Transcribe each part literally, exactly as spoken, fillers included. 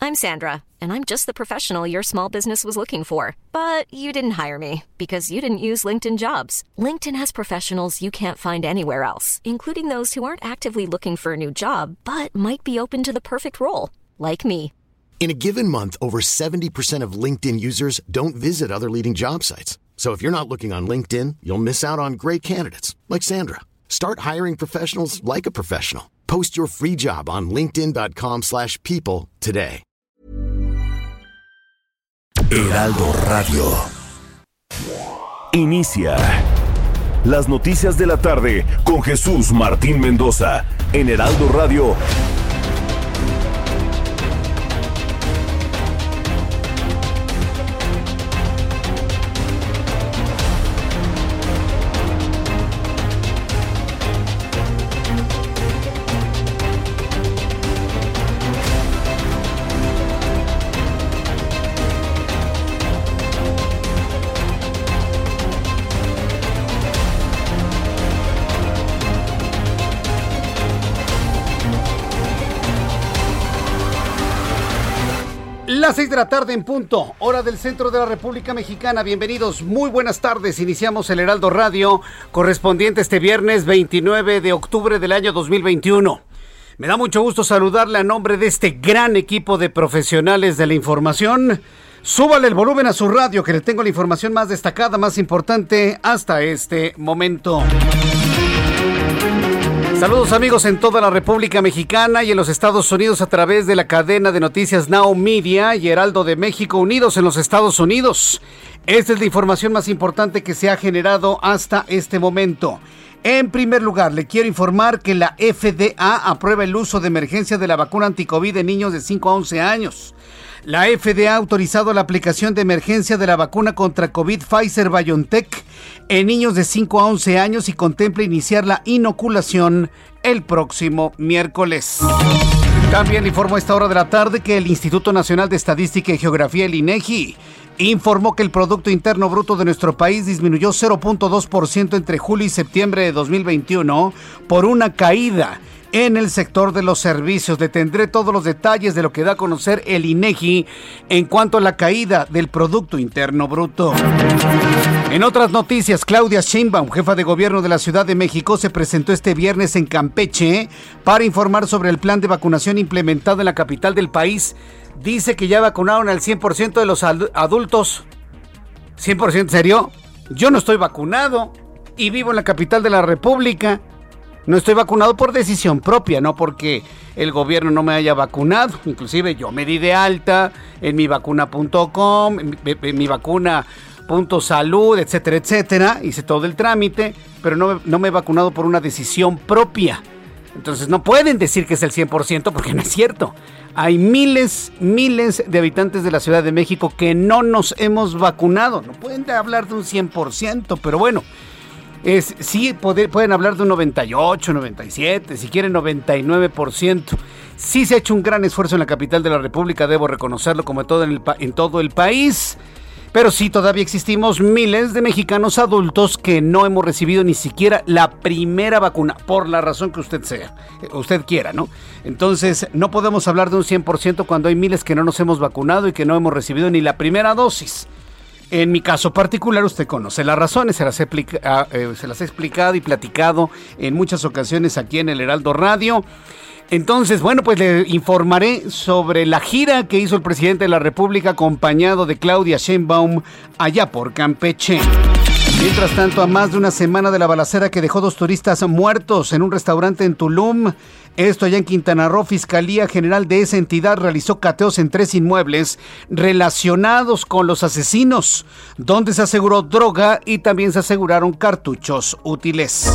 I'm Sandra, and I'm just the professional your small business was looking for. But you didn't hire me because you didn't use LinkedIn Jobs. LinkedIn has professionals you can't find anywhere else, including those who aren't actively looking for a new job, but might be open to the perfect role, like me. In a given month, over seventy percent of LinkedIn users don't visit other leading job sites. So if you're not looking on LinkedIn, you'll miss out on great candidates like Sandra. Start hiring professionals like a professional. Post your free job on linkedin.com slash people today. Heraldo Radio. Inicia las noticias de la tarde con Jesús Martín Mendoza en Heraldo Radio. Las seis de la tarde en punto, hora del centro de la República Mexicana. Bienvenidos, muy buenas tardes. Iniciamos el Heraldo Radio correspondiente este viernes veintinueve de octubre del año dos mil veintiuno. Me da mucho gusto saludarle a nombre de este gran equipo de profesionales de la información. Súbale el volumen a su radio que le tengo la información más destacada, más importante hasta este momento. Saludos amigos en toda la República Mexicana y en los Estados Unidos a través de la cadena de noticias Now Media y Heraldo de México unidos en los Estados Unidos. Esta es la información más importante que se ha generado hasta este momento. En primer lugar, le quiero informar que la F D A aprueba el uso de emergencia de la vacuna anticovid en niños de cinco a once años. La F D A ha autorizado la aplicación de emergencia de la vacuna contra COVID Pfizer-BioNTech en niños de cinco a once años y contempla iniciar la inoculación el próximo miércoles. También informó a esta hora de la tarde que el Instituto Nacional de Estadística y Geografía, el INEGI, informó que el Producto Interno Bruto de nuestro país disminuyó cero punto dos por ciento entre julio y septiembre de dos mil veintiuno por una caída en el sector de los servicios. Le tendré todos los detalles de lo que da a conocer el INEGI en cuanto a la caída del Producto Interno Bruto. En otras noticias, Claudia Sheinbaum, jefa de gobierno de la Ciudad de México, se presentó este viernes en Campeche para informar sobre el plan de vacunación implementado en la capital del país. Dice que ya vacunaron al cien por ciento de los adultos. ¿cien por ciento serio? Yo no estoy vacunado y vivo en la capital de la República. No estoy vacunado por decisión propia, no porque el gobierno no me haya vacunado. Inclusive yo me di de alta en mi vacuna punto com, en mi, en mi vacuna punto salud, etcétera, etcétera. Hice todo el trámite, pero no, no me he vacunado por una decisión propia. Entonces no pueden decir que es el cien por ciento porque no es cierto. Hay miles, miles de habitantes de la Ciudad de México que no nos hemos vacunado. No pueden hablar de un cien por ciento, pero bueno. Es, sí, poder, pueden hablar de un noventa y ocho, noventa y siete, si quieren noventa y nueve por ciento. Sí se ha hecho un gran esfuerzo en la capital de la República, debo reconocerlo, como en todo el, en todo el país. Pero sí, todavía existimos miles de mexicanos adultos que no hemos recibido ni siquiera la primera vacuna, por la razón que usted sea, usted quiera, ¿no? Entonces, no podemos hablar de un cien por ciento cuando hay miles que no nos hemos vacunado y que no hemos recibido ni la primera dosis. En mi caso particular, usted conoce las razones, se las, he explica, eh, se las he explicado y platicado en muchas ocasiones aquí en el Heraldo Radio. Entonces, bueno, pues le informaré sobre la gira que hizo el presidente de la República acompañado de Claudia Sheinbaum allá por Campeche. Mientras tanto, a más de una semana de la balacera que dejó dos turistas muertos en un restaurante en Tulum, esto allá en Quintana Roo, Fiscalía General de esa entidad realizó cateos en tres inmuebles relacionados con los asesinos, donde se aseguró droga y también se aseguraron cartuchos útiles.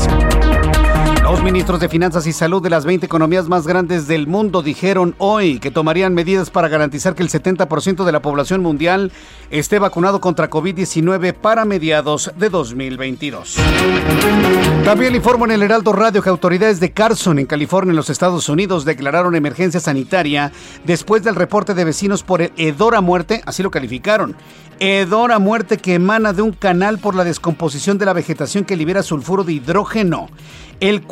Los ministros de Finanzas y Salud de las veinte economías más grandes del mundo dijeron hoy que tomarían medidas para garantizar que el setenta por ciento de la población mundial esté vacunado contra COVID diecinueve para mediados de dos mil veintidós. También le informo en el Heraldo Radio que autoridades de Carson, en California, en los Estados Unidos, declararon emergencia sanitaria después del reporte de vecinos por el hedor a muerte, así lo calificaron. Hedor a muerte que emana de un canal por la descomposición de la vegetación que libera sulfuro de hidrógeno, el cual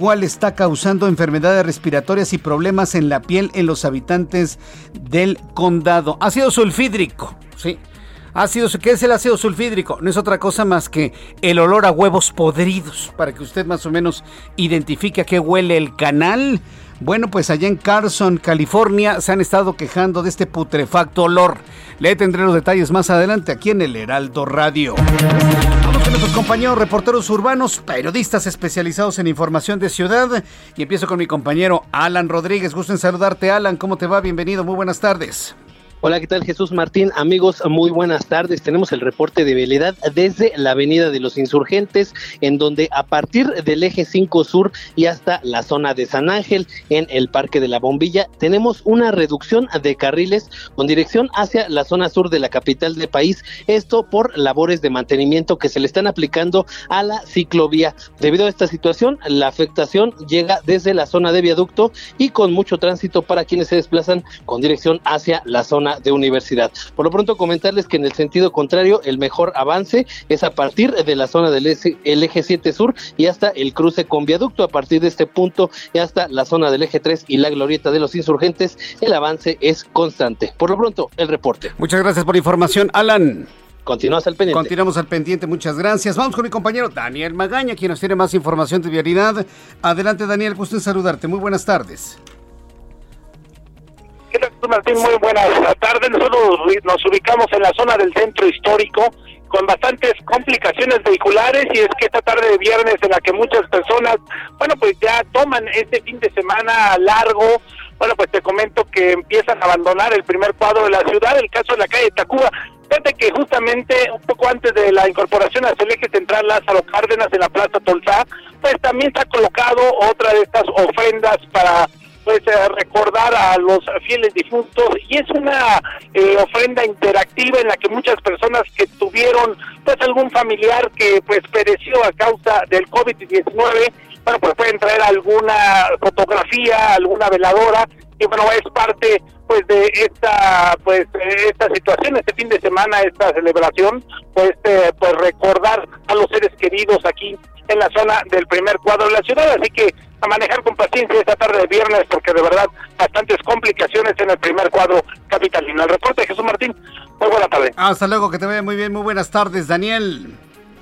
cual está causando enfermedades respiratorias y problemas en la piel en los habitantes del condado. Ácido sulfídrico, sí. Ácido, ¿qué es el ácido sulfídrico? No es otra cosa más que el olor a huevos podridos, para que usted más o menos identifique a qué huele el canal. Bueno, pues allá en Carson, California, se han estado quejando de este putrefacto olor. Le tendré los detalles más adelante aquí en el Heraldo Radio. Vamos con nuestros compañeros reporteros urbanos, periodistas especializados en información de ciudad. Y empiezo con mi compañero Alan Rodríguez. Gusto en saludarte, Alan. ¿Cómo te va? Bienvenido. Muy buenas tardes. Hola, ¿qué tal, Jesús Martín? Amigos, muy buenas tardes. Tenemos el reporte de vialidad desde la Avenida de los Insurgentes, en donde a partir del eje cinco Sur y hasta la zona de San Ángel, en el Parque de la Bombilla, tenemos una reducción de carriles con dirección hacia la zona sur de la capital del país, esto por labores de mantenimiento que se le están aplicando a la ciclovía. Debido a esta situación, la afectación llega desde la zona de viaducto y con mucho tránsito para quienes se desplazan con dirección hacia la zona de Universidad. Por lo pronto, comentarles que en el sentido contrario, el mejor avance es a partir de la zona del el eje siete Sur y hasta el cruce con viaducto. A partir de este punto y hasta la zona del eje tres y la glorieta de los Insurgentes, el avance es constante. Por lo pronto, el reporte. Muchas gracias por la información, Alan. Continuamos al pendiente. Continuamos al pendiente, muchas gracias. Vamos con mi compañero Daniel Magaña, quien nos tiene más información de vialidad. Adelante, Daniel, gusto en saludarte. Muy buenas tardes. ¿Qué tal, Martín? Muy buenas tardes. Nosotros nos ubicamos en la zona del centro histórico con bastantes complicaciones vehiculares, y es que esta tarde de viernes en la que muchas personas, bueno, pues ya toman este fin de semana largo, bueno, pues te comento que empiezan a abandonar el primer cuadro de la ciudad, el caso de la calle Tacuba. Fíjate que justamente un poco antes de la incorporación hacia el eje central Lázaro Cárdenas en la Plaza Tolsá, pues también está colocado otra de estas ofrendas para pues eh, recordar a los fieles difuntos, y es una eh, ofrenda interactiva en la que muchas personas que tuvieron pues algún familiar que pues pereció a causa del COVID diecinueve, bueno, pues pueden traer alguna fotografía, alguna veladora, y bueno, es parte pues de esta pues esta situación, este fin de semana, esta celebración, pues eh, pues recordar a los seres queridos aquí en la zona del primer cuadro de la ciudad. Así que a manejar con paciencia esta tarde de viernes, porque de verdad bastantes complicaciones en el primer cuadro capitalino. El reporte de Jesús Martín, muy buena tarde. Hasta luego, que te vaya muy bien, muy buenas tardes, Daniel.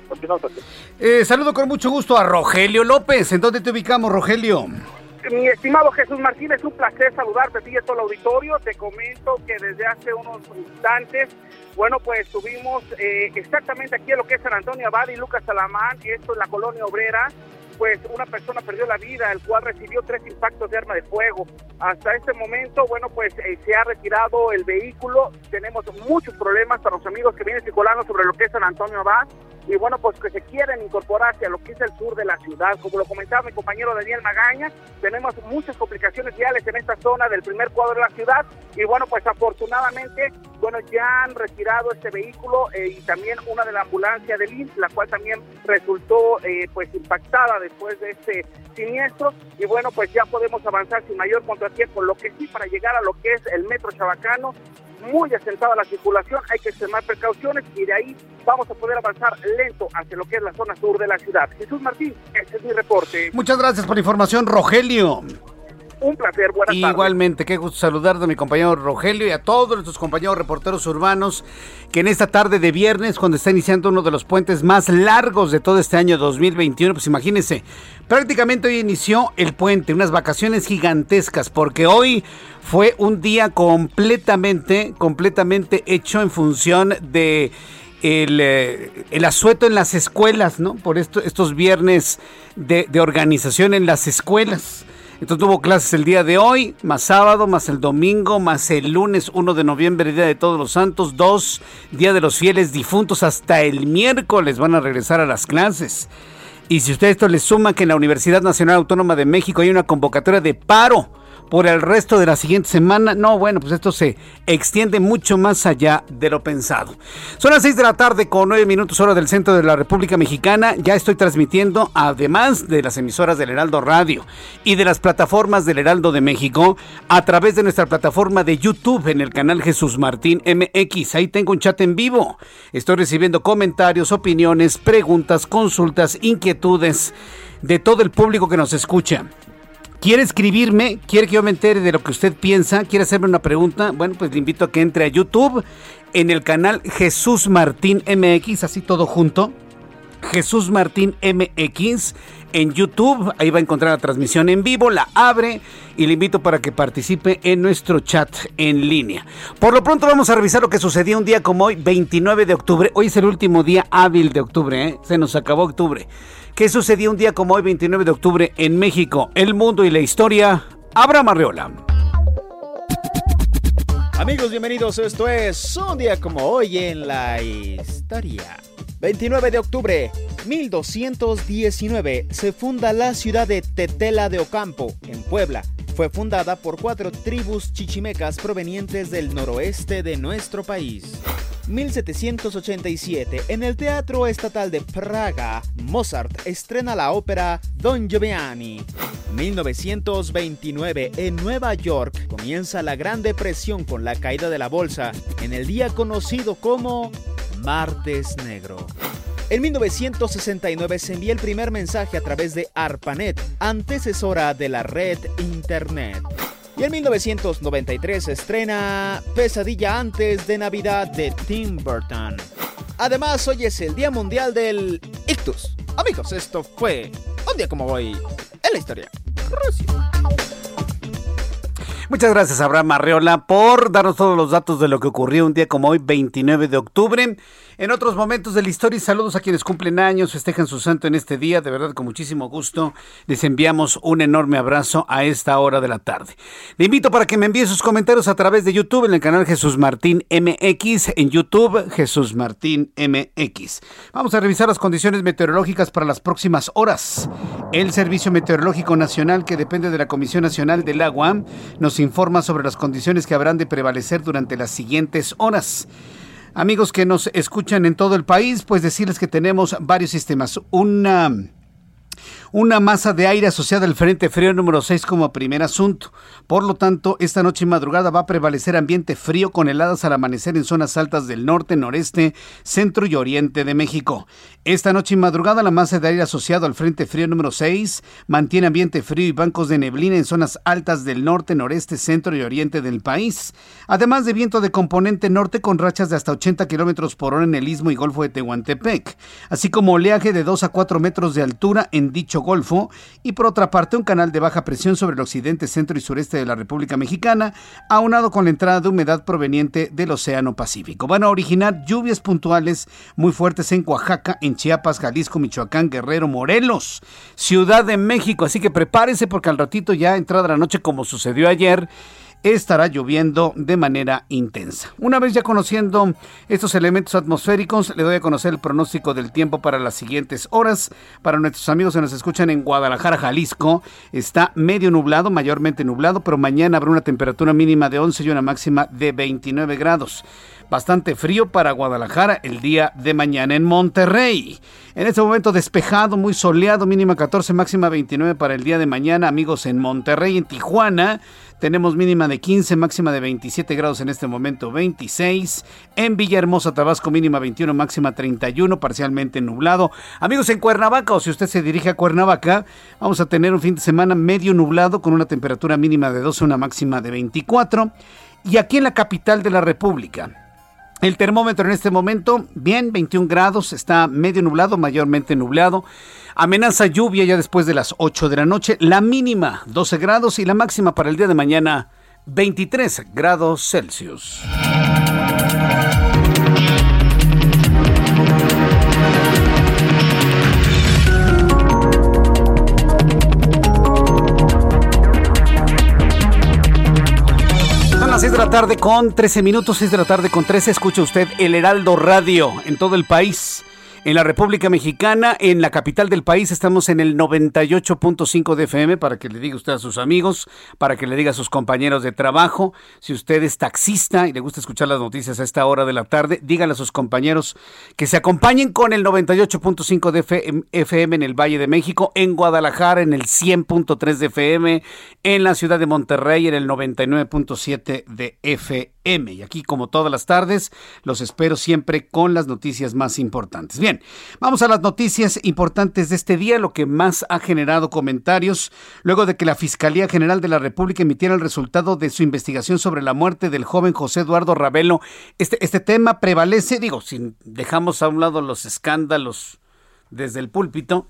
Eh, saludo con mucho gusto a Rogelio López. ¿En dónde te ubicamos, Rogelio? Mi estimado Jesús Martín, es un placer saludarte a ti y a todo el auditorio. Te comento que desde hace unos instantes, bueno, pues estuvimos eh, exactamente aquí en lo que es San Antonio Abad y Lucas Alamán, esto es la colonia obrera. Pues una persona perdió la vida, el cual recibió tres impactos de arma de fuego. Hasta este momento, bueno, pues eh, se ha retirado el vehículo. Tenemos muchos problemas para los amigos que vienen circulando sobre lo que es San Antonio Abad, y bueno, pues que se quieren incorporar hacia lo que es el sur de la ciudad. Como lo comentaba mi compañero Daniel Magaña, tenemos muchas complicaciones viales en esta zona del primer cuadro de la ciudad, y bueno, pues afortunadamente, bueno, ya han retirado este vehículo eh, y también una de la ambulancia del I M S S, la cual también resultó eh, pues impactada después de este siniestro, y bueno, pues ya podemos avanzar sin mayor contratiempo. Lo que sí, para llegar a lo que es el metro Chabacano, muy asentada la circulación, hay que extremar precauciones, y de ahí vamos a poder avanzar lento hacia lo que es la zona sur de la ciudad. Jesús Martín, ese es mi reporte. Muchas gracias por la información, Rogelio. Un placer, buenas tardes. Igualmente, qué gusto saludar a mi compañero Rogelio y a todos nuestros compañeros reporteros urbanos que en esta tarde de viernes, cuando está iniciando uno de los puentes más largos de todo este año dos mil veintiuno, pues imagínense, prácticamente hoy inició el puente, unas vacaciones gigantescas, porque hoy fue un día completamente, completamente hecho en función de el, eh, el asueto en las escuelas, ¿no? Por esto, estos viernes de, de organización en las escuelas. Entonces tuvo clases el día de hoy, más sábado, más el domingo, más el lunes uno de noviembre, Día de Todos los Santos, dos, Día de los Fieles Difuntos, hasta el miércoles van a regresar a las clases. Y si usted esto le suma que en la Universidad Nacional Autónoma de México hay una convocatoria de paro por el resto de la siguiente semana, no, bueno, pues esto se extiende mucho más allá de lo pensado. Son las seis de la tarde con nueve minutos hora del centro de la República Mexicana. Ya estoy transmitiendo, además de las emisoras del Heraldo Radio y de las plataformas del Heraldo de México, a través de nuestra plataforma de YouTube en el canal Jesús Martín M X. Ahí tengo un chat en vivo. Estoy recibiendo comentarios, opiniones, preguntas, consultas, inquietudes. de todo el público que nos escucha. ¿Quiere escribirme? ¿Quiere que yo me entere de lo que usted piensa? ¿Quiere hacerme una pregunta? Bueno, pues le invito a que entre a YouTube en el canal Jesús Martín M X, así todo junto. Jesús Martín M X en YouTube, ahí va a encontrar la transmisión en vivo, la abre y le invito para que participe en nuestro chat en línea. Por lo pronto vamos a revisar lo que sucedió un día como hoy, veintinueve de octubre. Hoy es el último día hábil de octubre, ¿eh? Se nos acabó octubre. ¿Qué sucedió un día como hoy, veintinueve de octubre, en México, el mundo y la historia? Abraham Arreola. Amigos, bienvenidos. Esto es un día como hoy en la historia. veintinueve de octubre, mil doscientos diecinueve, se funda la ciudad de Tetela de Ocampo, en Puebla. Fue fundada por cuatro tribus chichimecas provenientes del noroeste de nuestro país. mil setecientos ochenta y siete, en el Teatro Estatal de Praga, Mozart estrena la ópera Don Giovanni. mil novecientos veintinueve, en Nueva York, comienza la Gran Depresión con la caída de la bolsa, en el día conocido como Martes Negro. En mil novecientos sesenta y nueve se envía el primer mensaje a través de ARPANET, antecesora de la red Internet. Y en mil novecientos noventa y tres se estrena Pesadilla antes de Navidad de Tim Burton. Además, hoy es el Día Mundial del Ictus. Amigos, esto fue un día como hoy en la historia. Gracias. Muchas gracias, Abraham Arreola, por darnos todos los datos de lo que ocurrió un día como hoy, veintinueve de octubre. En otros momentos de la historia, y saludos a quienes cumplen años, festejan su santo en este día. De verdad, con muchísimo gusto, les enviamos un enorme abrazo a esta hora de la tarde. Le invito para que me envíe sus comentarios a través de YouTube, en el canal Jesús Martín M X, en YouTube, Jesús Martín M X. Vamos a revisar las condiciones meteorológicas para las próximas horas. El Servicio Meteorológico Nacional, que depende de la Comisión Nacional del Agua, nos informa sobre las condiciones que habrán de prevalecer durante las siguientes horas. Amigos que nos escuchan en todo el país, pues decirles que tenemos varios sistemas. Una... Una masa de aire asociada al Frente Frío número seis como primer asunto. Por lo tanto, esta noche y madrugada va a prevalecer ambiente frío con heladas al amanecer en zonas altas del norte, noreste, centro y oriente de México. Esta noche y madrugada la masa de aire asociado al Frente Frío número seis mantiene ambiente frío y bancos de neblina en zonas altas del norte, noreste, centro y oriente del país. Además de viento de componente norte con rachas de hasta ochenta kilómetros por hora en el Istmo y Golfo de Tehuantepec, así como oleaje de dos a cuatro metros de altura en dicho golfo, y por otra parte un canal de baja presión sobre el occidente, centro y sureste de la República Mexicana, aunado con la entrada de humedad proveniente del Océano Pacífico. Van a originar lluvias puntuales muy fuertes en Oaxaca, en Chiapas, Jalisco, Michoacán, Guerrero, Morelos, Ciudad de México, así que prepárese porque al ratito, ya entrada la noche, como sucedió ayer, estará lloviendo de manera intensa. Una vez ya conociendo estos elementos atmosféricos, le doy a conocer el pronóstico del tiempo para las siguientes horas. Para nuestros amigos que nos escuchan en Guadalajara, Jalisco, está medio nublado, mayormente nublado, pero mañana habrá una temperatura mínima de once y una máxima de veintinueve grados. Bastante frío para Guadalajara el día de mañana. En Monterrey, en este momento despejado, muy soleado, mínima catorce, máxima veintinueve para el día de mañana. Amigos, en Monterrey, en Tijuana, tenemos mínima de quince, máxima de veintisiete grados en este momento, veintiséis. En Villahermosa, Tabasco, mínima veintiuno, máxima treinta y uno, parcialmente nublado. Amigos, en Cuernavaca, o si usted se dirige a Cuernavaca, vamos a tener un fin de semana medio nublado con una temperatura mínima de doce, una máxima de veinticuatro. Y aquí en la capital de la República, el termómetro en este momento, bien, veintiún grados, está medio nublado, mayormente nublado. Amenaza lluvia ya después de las ocho de la noche. La mínima, doce grados, y la máxima para el día de mañana, veintitrés grados Celsius. seis de la tarde con trece minutos, seis de la tarde con trece, escucha usted el Heraldo Radio en todo el país. En la República Mexicana, en la capital del país, estamos en el noventa y ocho punto cinco de F M, para que le diga usted a sus amigos, para que le diga a sus compañeros de trabajo. Si usted es taxista y le gusta escuchar las noticias a esta hora de la tarde, dígale a sus compañeros que se acompañen con el noventa y ocho punto cinco de F M en el Valle de México, en Guadalajara en el cien punto tres de F M, en la ciudad de Monterrey en el noventa y nueve punto siete de F M. M. Y aquí, como todas las tardes, los espero siempre con las noticias más importantes. Bien, vamos a las noticias importantes de este día, lo que más ha generado comentarios, luego de que la Fiscalía General de la República emitiera el resultado de su investigación sobre la muerte del joven José Eduardo Ravelo. Este, este tema prevalece, digo, si dejamos a un lado los escándalos desde el púlpito,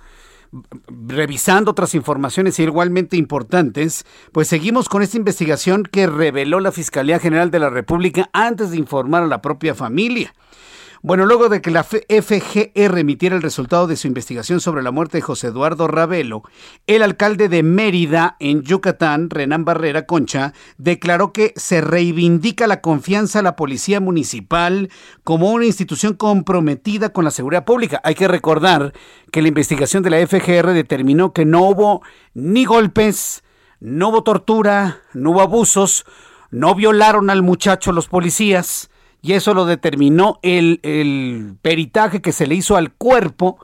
revisando otras informaciones igualmente importantes, pues seguimos con esta investigación que reveló la Fiscalía General de la República antes de informar a la propia familia. Bueno, luego de que la F G R emitiera el resultado de su investigación sobre la muerte de José Eduardo Ravelo, el alcalde de Mérida, en Yucatán, Renán Barrera Concha, declaró que se reivindica la confianza a la Policía Municipal como una institución comprometida con la seguridad pública. Hay que recordar que la investigación de la F G R determinó que no hubo ni golpes, no hubo tortura, no hubo abusos, no violaron al muchacho los policías. Y eso lo determinó el, el peritaje que se le hizo al cuerpo.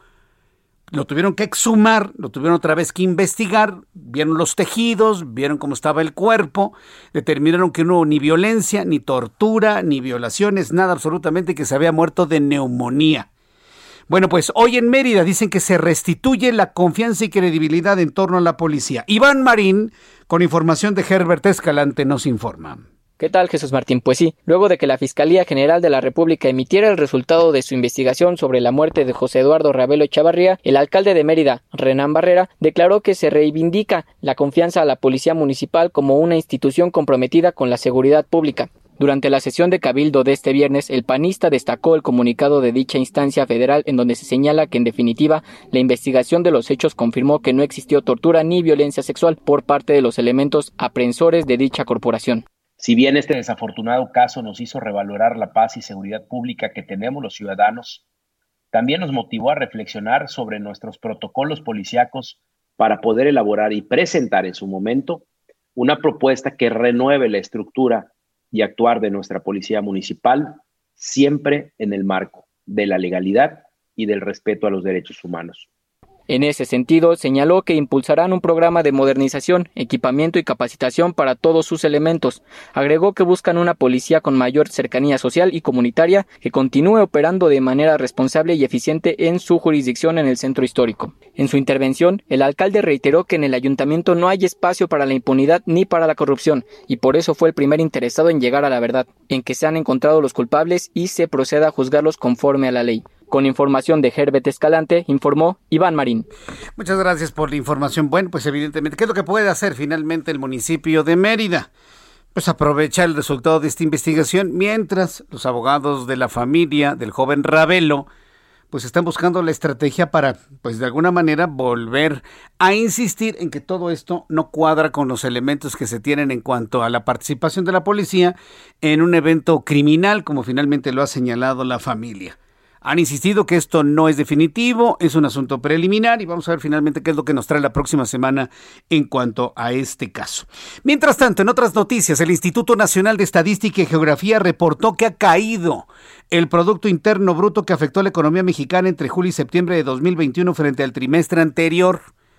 Lo tuvieron que exhumar, lo tuvieron otra vez que investigar, vieron los tejidos, vieron cómo estaba el cuerpo, determinaron que no hubo ni violencia, ni tortura, ni violaciones, nada absolutamente, que se había muerto de neumonía. Bueno, pues hoy en Mérida dicen que se restituye la confianza y credibilidad en torno a la policía. Iván Marín, con información de Herbert Escalante, nos informa. ¿Qué tal, Jesús Martín? Pues sí, luego de que la Fiscalía General de la República emitiera el resultado de su investigación sobre la muerte de José Eduardo Ravelo Chavarría, el alcalde de Mérida, Renán Barrera, declaró que se reivindica la confianza a la Policía Municipal como una institución comprometida con la seguridad pública. Durante la sesión de cabildo de este viernes, el panista destacó el comunicado de dicha instancia federal en donde se señala que, en definitiva, la investigación de los hechos confirmó que no existió tortura ni violencia sexual por parte de los elementos aprensores de dicha corporación. Si bien este desafortunado caso nos hizo revalorar la paz y seguridad pública que tenemos los ciudadanos, también nos motivó a reflexionar sobre nuestros protocolos policíacos para poder elaborar y presentar en su momento una propuesta que renueve la estructura y actuar de nuestra policía municipal, siempre en el marco de la legalidad y del respeto a los derechos humanos. En ese sentido, señaló que impulsarán un programa de modernización, equipamiento y capacitación para todos sus elementos. Agregó que buscan una policía con mayor cercanía social y comunitaria que continúe operando de manera responsable y eficiente en su jurisdicción en el centro histórico. En su intervención, el alcalde reiteró que en el ayuntamiento no hay espacio para la impunidad ni para la corrupción, y por eso fue el primer interesado en llegar a la verdad, en que se han encontrado los culpables y se proceda a juzgarlos conforme a la ley. Con información de Herbert Escalante, informó Iván Marín. Muchas gracias por la información. Bueno, pues evidentemente, ¿qué es lo que puede hacer finalmente el municipio de Mérida? Pues aprovechar el resultado de esta investigación, mientras los abogados de la familia del joven Ravelo pues están buscando la estrategia para, pues de alguna manera, volver a insistir en que todo esto no cuadra con los elementos que se tienen en cuanto a la participación de la policía en un evento criminal, como finalmente lo ha señalado la familia. Han insistido que esto no es definitivo, es un asunto preliminar y vamos a ver finalmente qué es lo que nos trae la próxima semana en cuanto a este caso. Mientras tanto, en otras noticias, el Instituto Nacional de Estadística y Geografía reportó que ha caído el Producto Interno Bruto que afectó a la economía mexicana entre julio y septiembre de dos mil veintiuno frente al trimestre anterior.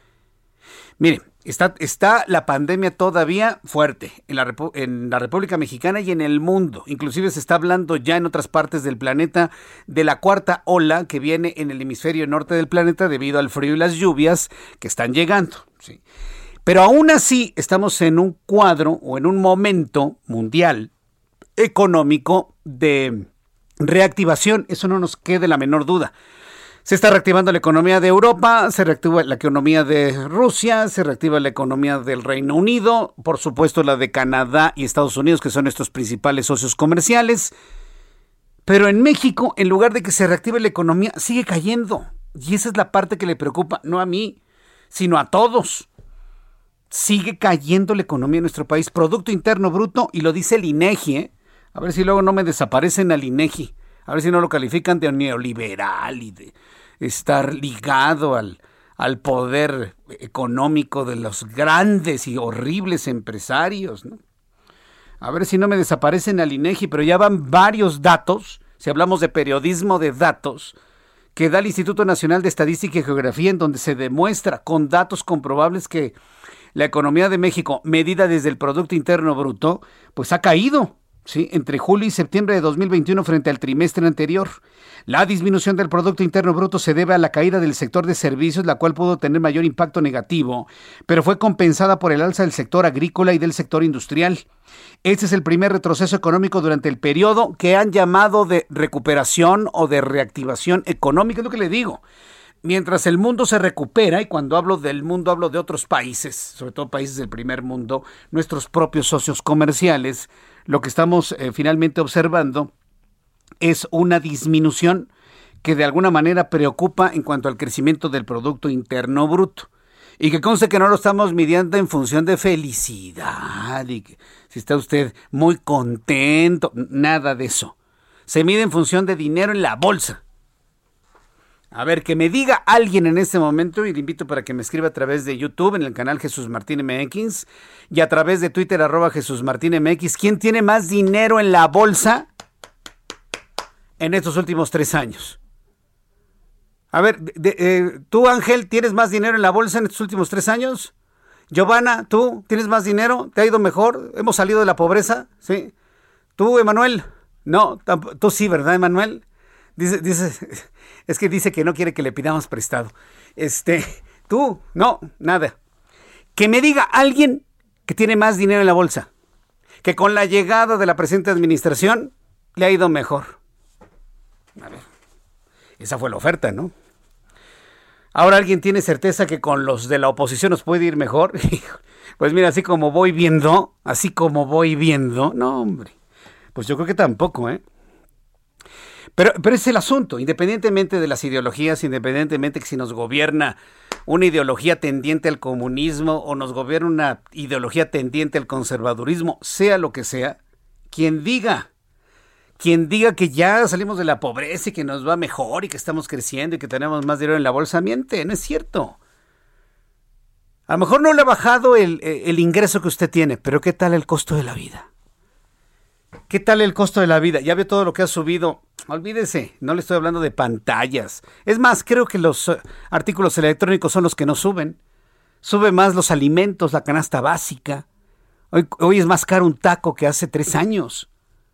Mire, está, está la pandemia todavía fuerte en la, Repu- en la República Mexicana y en el mundo. Inclusive se está hablando ya en otras partes del planeta de la cuarta ola que viene en el hemisferio norte del planeta debido al frío y las lluvias que están llegando. ¿Sí? Pero aún así estamos en un cuadro o en un momento mundial económico de reactivación. Eso no nos quede la menor duda. Se está reactivando la economía de Europa, se reactiva la economía de Rusia, se reactiva la economía del Reino Unido, por supuesto la de Canadá y Estados Unidos, que son nuestros principales socios comerciales. Pero en México, en lugar de que se reactive la economía, sigue cayendo. Y esa es la parte que le preocupa, no a mí, sino a todos. Sigue cayendo la economía en nuestro país. Producto Interno Bruto, y lo dice el INEGI, ¿eh? A ver si luego no me desaparecen al INEGI. A ver si no lo califican de neoliberal y de estar ligado al, al poder económico de los grandes y horribles empresarios, ¿no? A ver si no me desaparecen al INEGI, pero ya van varios datos, si hablamos de periodismo de datos, que da el Instituto Nacional de Estadística y Geografía, en donde se demuestra con datos comprobables que la economía de México, medida desde el Producto Interno Bruto, pues ha caído. ¿sí?, entre julio y septiembre de dos mil veintiuno frente al trimestre anterior. La disminución del Producto Interno Bruto se debe a la caída del sector de servicios, la cual pudo tener mayor impacto negativo, pero fue compensada por el alza del sector agrícola y del sector industrial. Este es el primer retroceso económico durante el periodo que han llamado de recuperación o de reactivación económica, es lo que le digo. Mientras el mundo se recupera, y cuando hablo del mundo hablo de otros países, sobre todo países del primer mundo, nuestros propios socios comerciales, lo que estamos eh, finalmente observando es una disminución que de alguna manera preocupa en cuanto al crecimiento del Producto Interno Bruto. Y que conste que no lo estamos midiendo en función de felicidad y que si está usted muy contento, nada de eso. Se mide en función de dinero en la bolsa. A ver, que me diga alguien en este momento, y le invito para que me escriba a través de YouTube en el canal Jesús Martín M X y a través de Twitter arroba Jesús Martín M X, ¿quién tiene más dinero en la bolsa en estos últimos tres años? A ver, de, eh, tú, Ángel, ¿tienes más dinero en la bolsa en estos últimos tres años? Giovanna, ¿tú tienes más dinero? ¿Te ha ido mejor? ¿Hemos salido de la pobreza? ¿Sí? ¿Tú, Emanuel? No, tamp- tú sí, ¿verdad, Emanuel? Dice, dice, es que dice que no quiere que le pidamos prestado. Este, tú, no, nada. Que me diga alguien que tiene más dinero en la bolsa, que con la llegada de la presente administración le ha ido mejor. A ver, esa fue la oferta, ¿no? Ahora, ¿alguien tiene certeza que con los de la oposición nos puede ir mejor? Pues mira, así como voy viendo, así como voy viendo, no, hombre, pues yo creo que tampoco, ¿eh? Pero, pero es el asunto, independientemente de las ideologías, independientemente que si nos gobierna una ideología tendiente al comunismo o nos gobierna una ideología tendiente al conservadurismo, sea lo que sea, quien diga, quien diga que ya salimos de la pobreza y que nos va mejor y que estamos creciendo y que tenemos más dinero en la bolsa, miente, no es cierto. A lo mejor no le ha bajado el, el ingreso que usted tiene, pero ¿qué tal el costo de la vida? ¿Qué tal el costo de la vida? Ya ve todo lo que ha subido. Olvídese, no le estoy hablando de pantallas. Es más, creo que los uh, artículos electrónicos son los que no suben. Sube más los alimentos, la canasta básica. Hoy, hoy es más caro un taco que hace tres años.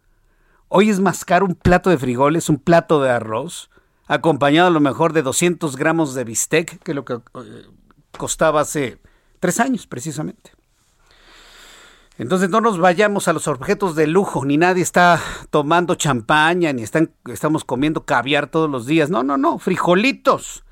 Hoy es más caro un plato de frijoles, un plato de arroz, acompañado a lo mejor de doscientos gramos de bistec, que es lo que uh, costaba hace tres años precisamente. Entonces no nos vayamos a los objetos de lujo, ni nadie está tomando champaña, ni están, estamos comiendo caviar todos los días. No, no, no, frijolitos,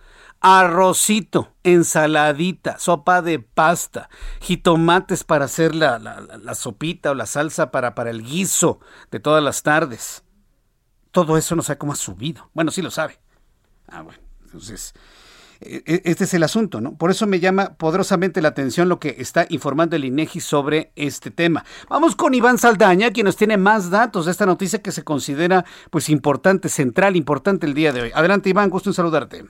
arrocito, ensaladita, sopa de pasta, jitomates para hacer la, la, la, la sopita o la salsa para, para el guiso de todas las tardes. Todo eso no sabe cómo ha subido. Bueno, sí lo sabe. Ah, bueno, entonces... Este es el asunto, ¿no? Por eso me llama poderosamente la atención lo que está informando el INEGI sobre este tema. Vamos con Iván Saldaña, quien nos tiene más datos de esta noticia que se considera pues importante, central, importante el día de hoy. Adelante, Iván, gusto en saludarte.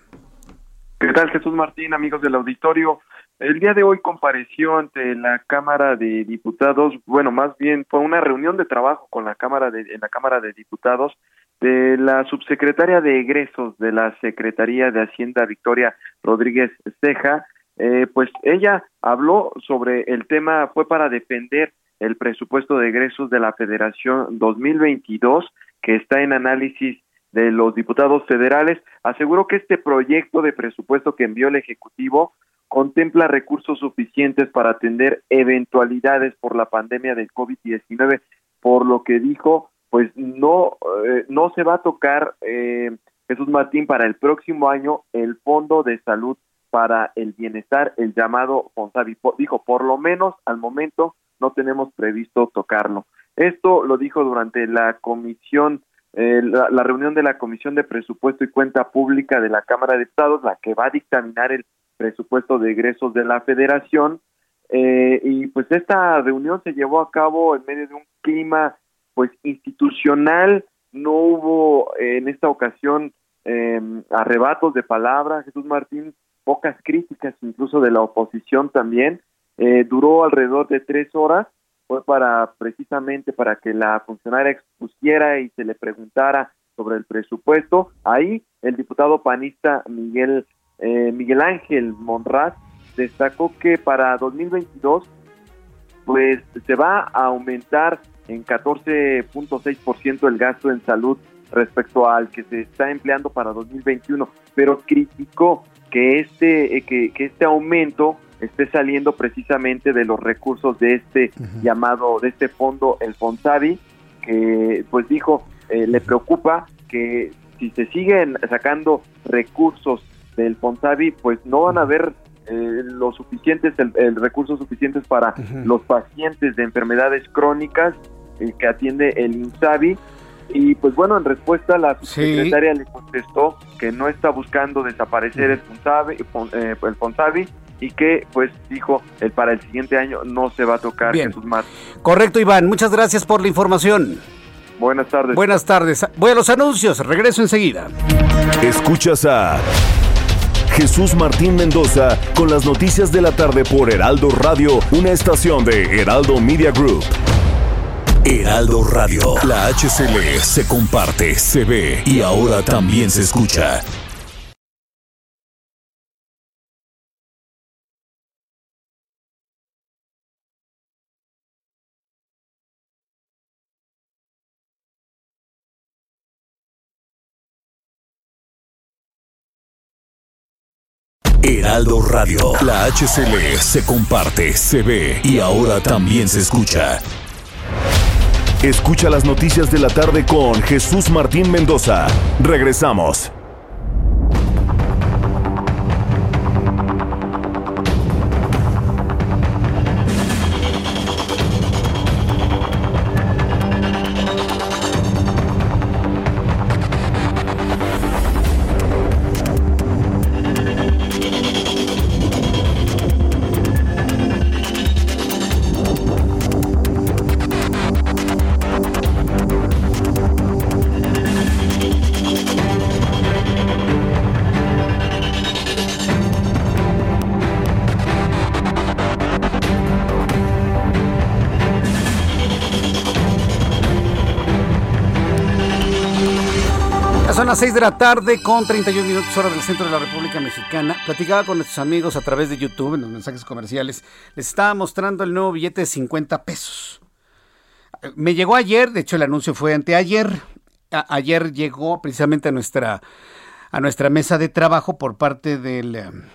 ¿Qué tal, Jesús Martín, amigos del auditorio? El día de hoy compareció ante la Cámara de Diputados, bueno, más bien fue una reunión de trabajo con la Cámara de, en la Cámara de Diputados, de la subsecretaria de egresos de la Secretaría de Hacienda, Victoria Rodríguez Ceja. Eh, pues ella habló sobre el tema, fue para defender el presupuesto de egresos de la Federación dos mil veintidós, que está en análisis de los diputados federales. Aseguró que este proyecto de presupuesto que envió el Ejecutivo contempla recursos suficientes para atender eventualidades por la pandemia del COVID diecinueve, por lo que dijo, pues no eh, no se va a tocar, eh, Jesús Martín, para el próximo año el Fondo de Salud para el Bienestar, el llamado Fonsavi. Dijo, por lo menos al momento no tenemos previsto tocarlo. Esto lo dijo durante la comisión, eh, la, la reunión de la Comisión de Presupuesto y Cuenta Pública de la Cámara de Diputados, la que va a dictaminar el presupuesto de egresos de la Federación, eh, y pues esta reunión se llevó a cabo en medio de un clima pues institucional. No hubo eh, en esta ocasión eh, arrebatos de palabra, Jesús Martín, pocas críticas incluso de la oposición también. Eh, duró alrededor de tres horas, fue para precisamente para que la funcionaria expusiera y se le preguntara sobre el presupuesto. Ahí el diputado panista Miguel eh, Miguel Ángel Monraz destacó que para dos mil veintidós pues se va a aumentar en catorce punto seis por ciento el gasto en salud respecto al que se está empleando para dos mil veintiuno, pero criticó que este eh, que, que este aumento esté saliendo precisamente de los recursos de este uh-huh. llamado, de este fondo, el Fonsavi, que pues dijo, eh, le preocupa que si se siguen sacando recursos del Fonsavi, pues no van a haber eh, los suficientes, el, el recursos suficientes para uh-huh. los pacientes de enfermedades crónicas eh, que atiende el INSABI. Y pues bueno, en respuesta la secretaria sí. le contestó que no está buscando desaparecer el Fonsavi, eh, el Fonsavi y que pues dijo el para el siguiente año no se va a tocar. Bien. Jesús Martín. Correcto, Iván, muchas gracias por la información. Buenas tardes. Buenas tardes. Voy a los anuncios, regreso enseguida. Escuchas a Jesús Martín Mendoza con las noticias de la tarde por Heraldo Radio, una estación de Heraldo Media Group. Heraldo Radio, la H C L se comparte, se ve y ahora también se escucha. Heraldo Radio, la H C L se comparte, se ve y ahora también se escucha. Escucha las noticias de la tarde con Jesús Martín Mendoza. Regresamos. Son las seis de la tarde con treinta y un minutos hora del centro de la República Mexicana. Platicaba con nuestros amigos a través de YouTube en los mensajes comerciales. Les estaba mostrando el nuevo billete de cincuenta pesos. Me llegó ayer, de hecho el anuncio fue anteayer. A- ayer llegó precisamente a nuestra, a nuestra mesa de trabajo por parte del,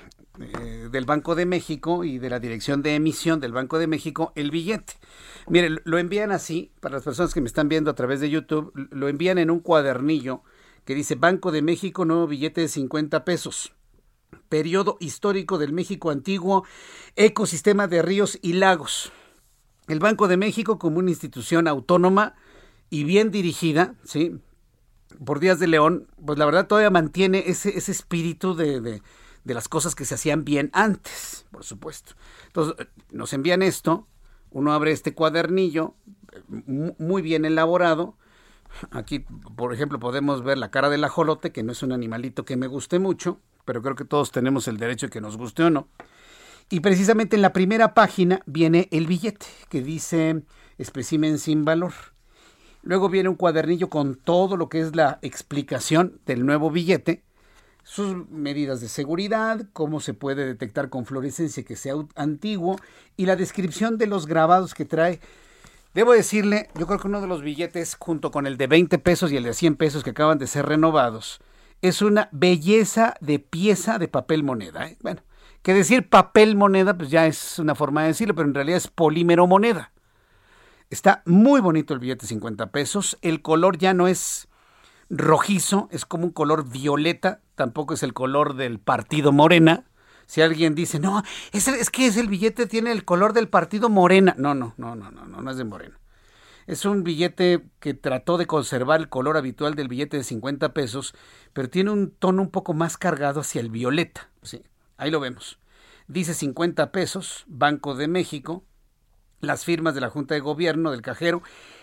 eh, del Banco de México y de la Dirección de Emisión del Banco de México el billete. Miren, lo envían así, para las personas que me están viendo a través de YouTube, lo envían en un cuadernillo que dice Banco de México, nuevo billete de cincuenta pesos. Periodo histórico del México antiguo, ecosistema de ríos y lagos. El Banco de México, como una institución autónoma y bien dirigida, ¿sí?, por Díaz de León, pues la verdad todavía mantiene ese, ese espíritu de, de, de las cosas que se hacían bien antes, por supuesto. Entonces, nos envían esto, uno abre este cuadernillo, muy bien elaborado. Aquí, por ejemplo, podemos ver la cara del ajolote, que no es un animalito que me guste mucho, pero creo que todos tenemos el derecho de que nos guste o no. Y precisamente en la primera página viene el billete, que dice espécimen sin valor. Luego viene un cuadernillo con todo lo que es la explicación del nuevo billete, sus medidas de seguridad, cómo se puede detectar con fluorescencia que sea antiguo y la descripción de los grabados que trae. Debo decirle, yo creo que uno de los billetes, junto con el de veinte pesos y el de cien pesos que acaban de ser renovados, es una belleza de pieza de papel moneda, ¿eh? Bueno, que decir papel moneda, pues ya es una forma de decirlo, pero en realidad es polímero moneda. Está muy bonito el billete de cincuenta pesos, el color ya no es rojizo, es como un color violeta, tampoco es el color del partido Morena. Si alguien dice, no, es, es que es el billete tiene el color del partido Morena. No, no, no, no, no, no, no es de Morena. Es un billete que trató de conservar el color habitual del billete de cincuenta pesos, pero tiene un tono un poco más cargado hacia el violeta. Sí, ahí lo vemos. Dice cincuenta pesos, Banco de México, las firmas de la Junta de Gobierno, del cajero,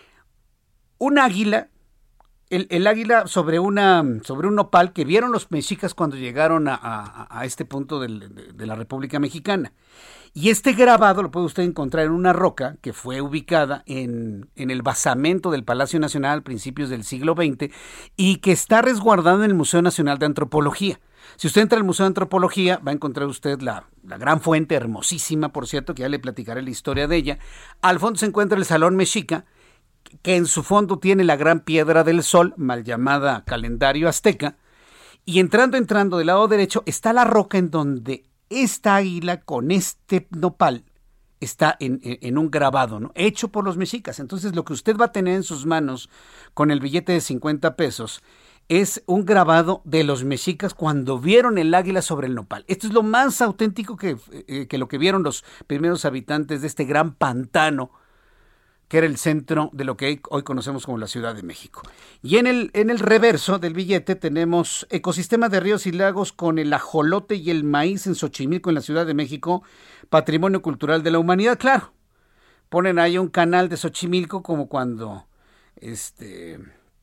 un águila. El, el águila sobre una sobre un nopal que vieron los mexicas cuando llegaron a, a, a este punto del, de, de la República Mexicana. Y este grabado lo puede usted encontrar en una roca que fue ubicada en, en el basamento del Palacio Nacional a principios del siglo veinte y que está resguardado en el Museo Nacional de Antropología. Si usted entra al Museo de Antropología, va a encontrar usted la, la gran fuente, hermosísima, por cierto, que ya le platicaré la historia de ella. Al fondo se encuentra el Salón Mexica, que en su fondo tiene la gran piedra del sol, mal llamada calendario azteca, y entrando, entrando del lado derecho está la roca en donde esta águila con este nopal está en, en, en un grabado, ¿no? Hecho por los mexicas. Entonces lo que usted va a tener en sus manos con el billete de cincuenta pesos es un grabado de los mexicas cuando vieron el águila sobre el nopal. Esto es lo más auténtico que, eh, que lo que vieron los primeros habitantes de este gran pantano que era el centro de lo que hoy conocemos como la Ciudad de México. Y en el, en el reverso del billete tenemos ecosistema de ríos y lagos con el ajolote y el maíz en Xochimilco, en la Ciudad de México, patrimonio cultural de la humanidad. Claro, ponen ahí un canal de Xochimilco como cuando, este,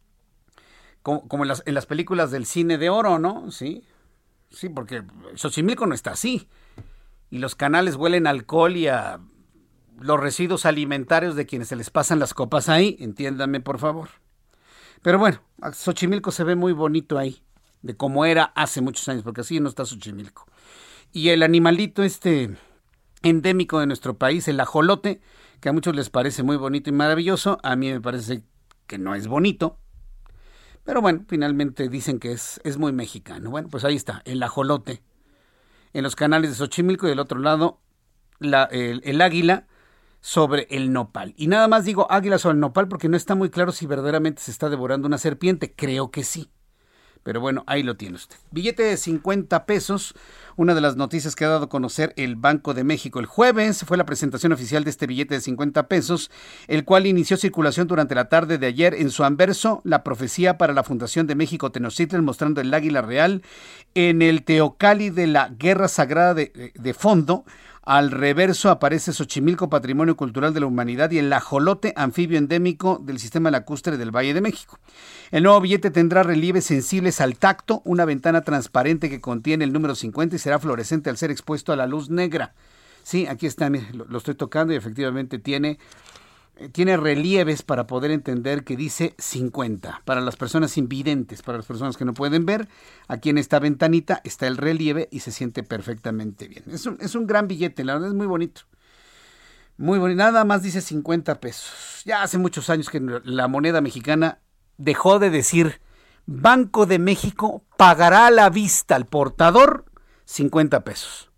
como, como en, las, en las películas del cine de oro, ¿no? Sí, sí, porque Xochimilco no está así. Y los canales huelen a alcohol y a los residuos alimentarios de quienes se les pasan las copas ahí, entiéndanme por favor. Pero bueno, Xochimilco se ve muy bonito ahí, de cómo era hace muchos años, porque así no está Xochimilco. Y el animalito este endémico de nuestro país, el ajolote, que a muchos les parece muy bonito y maravilloso, a mí me parece que no es bonito, pero bueno, finalmente dicen que es, es muy mexicano. Bueno, pues ahí está, el ajolote, en los canales de Xochimilco, y del otro lado, la, el, el águila sobre el nopal. Y nada más digo águila sobre el nopal porque no está muy claro si verdaderamente se está devorando una serpiente. Creo que sí. Pero bueno, ahí lo tiene usted. Billete de cincuenta pesos, una de las noticias que ha dado a conocer el Banco de México. El jueves fue la presentación oficial de este billete de cincuenta pesos, el cual inició circulación durante la tarde de ayer. En su anverso, la profecía para la Fundación de México Tenochtitlan, mostrando el águila real en el teocalli de la Guerra Sagrada de, de fondo. Al reverso aparece Xochimilco, Patrimonio Cultural de la Humanidad, y el ajolote, anfibio endémico del sistema lacustre del Valle de México. El nuevo billete tendrá relieves sensibles al tacto, una ventana transparente que contiene el número cincuenta y será fluorescente al ser expuesto a la luz negra. Sí, aquí está, mire, lo, lo estoy tocando y efectivamente tiene... tiene relieves para poder entender que dice cincuenta. Para las personas invidentes, para las personas que no pueden ver, aquí en esta ventanita está el relieve y se siente perfectamente bien. Es un, es un gran billete, la verdad es muy bonito. Muy bonito. Nada más dice cincuenta pesos. Ya hace muchos años que la moneda mexicana dejó de decir Banco de México pagará a la vista al portador cincuenta pesos.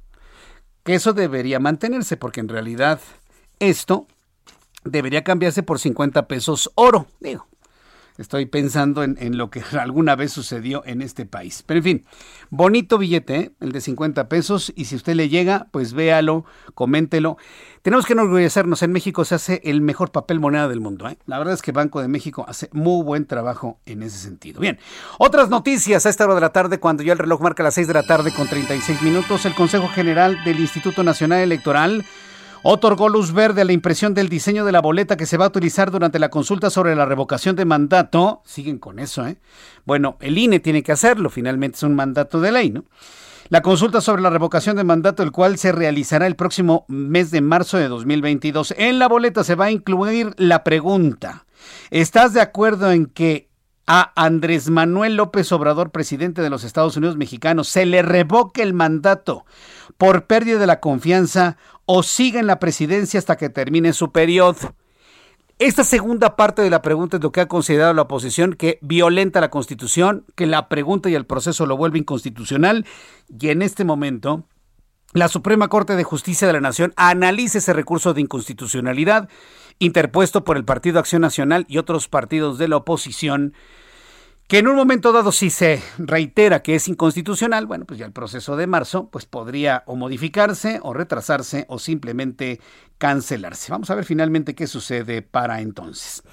Que eso debería mantenerse porque en realidad esto debería cambiarse por cincuenta pesos oro. Digo, estoy pensando en, en lo que alguna vez sucedió en este país. Pero en fin, bonito billete, ¿eh? El de cincuenta pesos. Y si usted le llega, pues véalo, coméntelo. Tenemos que enorgullecernos. En México se hace el mejor papel moneda del mundo, ¿eh? La verdad es que Banco de México hace muy buen trabajo en ese sentido. Bien, otras noticias a esta hora de la tarde, cuando ya el reloj marca las seis de la tarde con treinta y seis minutos. El Consejo General del Instituto Nacional Electoral otorgó luz verde a la impresión del diseño de la boleta que se va a utilizar durante la consulta sobre la revocación de mandato. Siguen con eso, ¿eh? Bueno, el I N E tiene que hacerlo, finalmente es un mandato de ley, ¿no? La consulta sobre la revocación de mandato, el cual se realizará el próximo mes de marzo de dos mil veintidós. En la boleta se va a incluir la pregunta: ¿estás de acuerdo en que a Andrés Manuel López Obrador, presidente de los Estados Unidos mexicanos, se le revoque el mandato por pérdida de la confianza o siga en la presidencia hasta que termine su periodo? Esta segunda parte de la pregunta es lo que ha considerado la oposición, que violenta la Constitución, que la pregunta y el proceso lo vuelve inconstitucional, y en este momento la Suprema Corte de Justicia de la Nación analiza ese recurso de inconstitucionalidad interpuesto por el Partido Acción Nacional y otros partidos de la oposición, que en un momento dado, si se reitera que es inconstitucional, bueno, pues ya el proceso de marzo pues podría o modificarse o retrasarse o simplemente cancelarse. Vamos a ver finalmente qué sucede para entonces.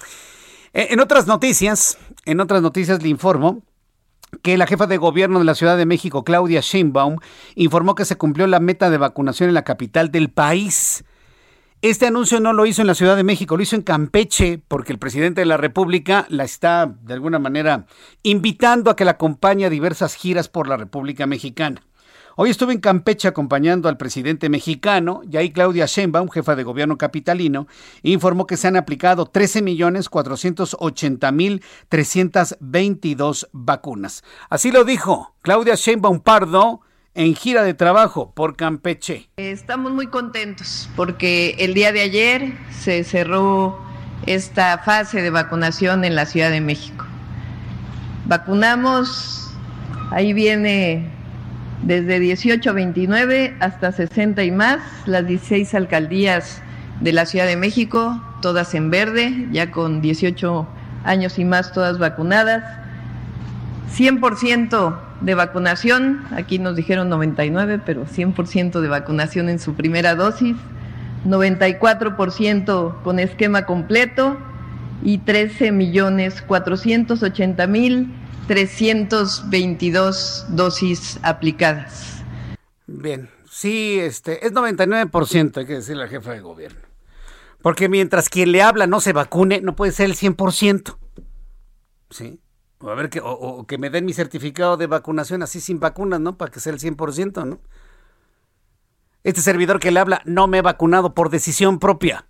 En otras noticias, en otras noticias le informo que la jefa de gobierno de la Ciudad de México, Claudia Sheinbaum, informó que se cumplió la meta de vacunación en la capital del país. Este anuncio no lo hizo en la Ciudad de México, lo hizo en Campeche, porque el presidente de la República la está, de alguna manera, invitando a que la acompañe a diversas giras por la República Mexicana. Hoy estuve en Campeche acompañando al presidente mexicano, y ahí Claudia Sheinbaum, jefa de gobierno capitalino, informó que se han aplicado trece millones cuatrocientos ochenta mil trescientas veintidós vacunas. Así lo dijo Claudia Sheinbaum Pardo en gira de trabajo por Campeche. Estamos muy contentos porque el día de ayer se cerró esta fase de vacunación en la Ciudad de México. Vacunamos, ahí viene desde dieciocho a veintinueve hasta sesenta y más, las dieciséis alcaldías de la Ciudad de México, todas en verde, ya con dieciocho años y más, todas vacunadas. cien por ciento de vacunación, aquí nos dijeron noventa y nueve, pero cien por ciento de vacunación en su primera dosis, noventa y cuatro por ciento con esquema completo y trece millones cuatrocientos ochenta mil trescientos veintidós dosis aplicadas. Bien, sí, este es noventa y nueve por ciento, hay que decirle al jefe de gobierno. Porque mientras quien le habla no se vacune, no puede ser el cien por ciento. ¿Sí? O a ver que, o, o que me den mi certificado de vacunación así sin vacunas, ¿no? Para que sea el cien por ciento, ¿no? Este servidor que le habla no me he vacunado por decisión propia.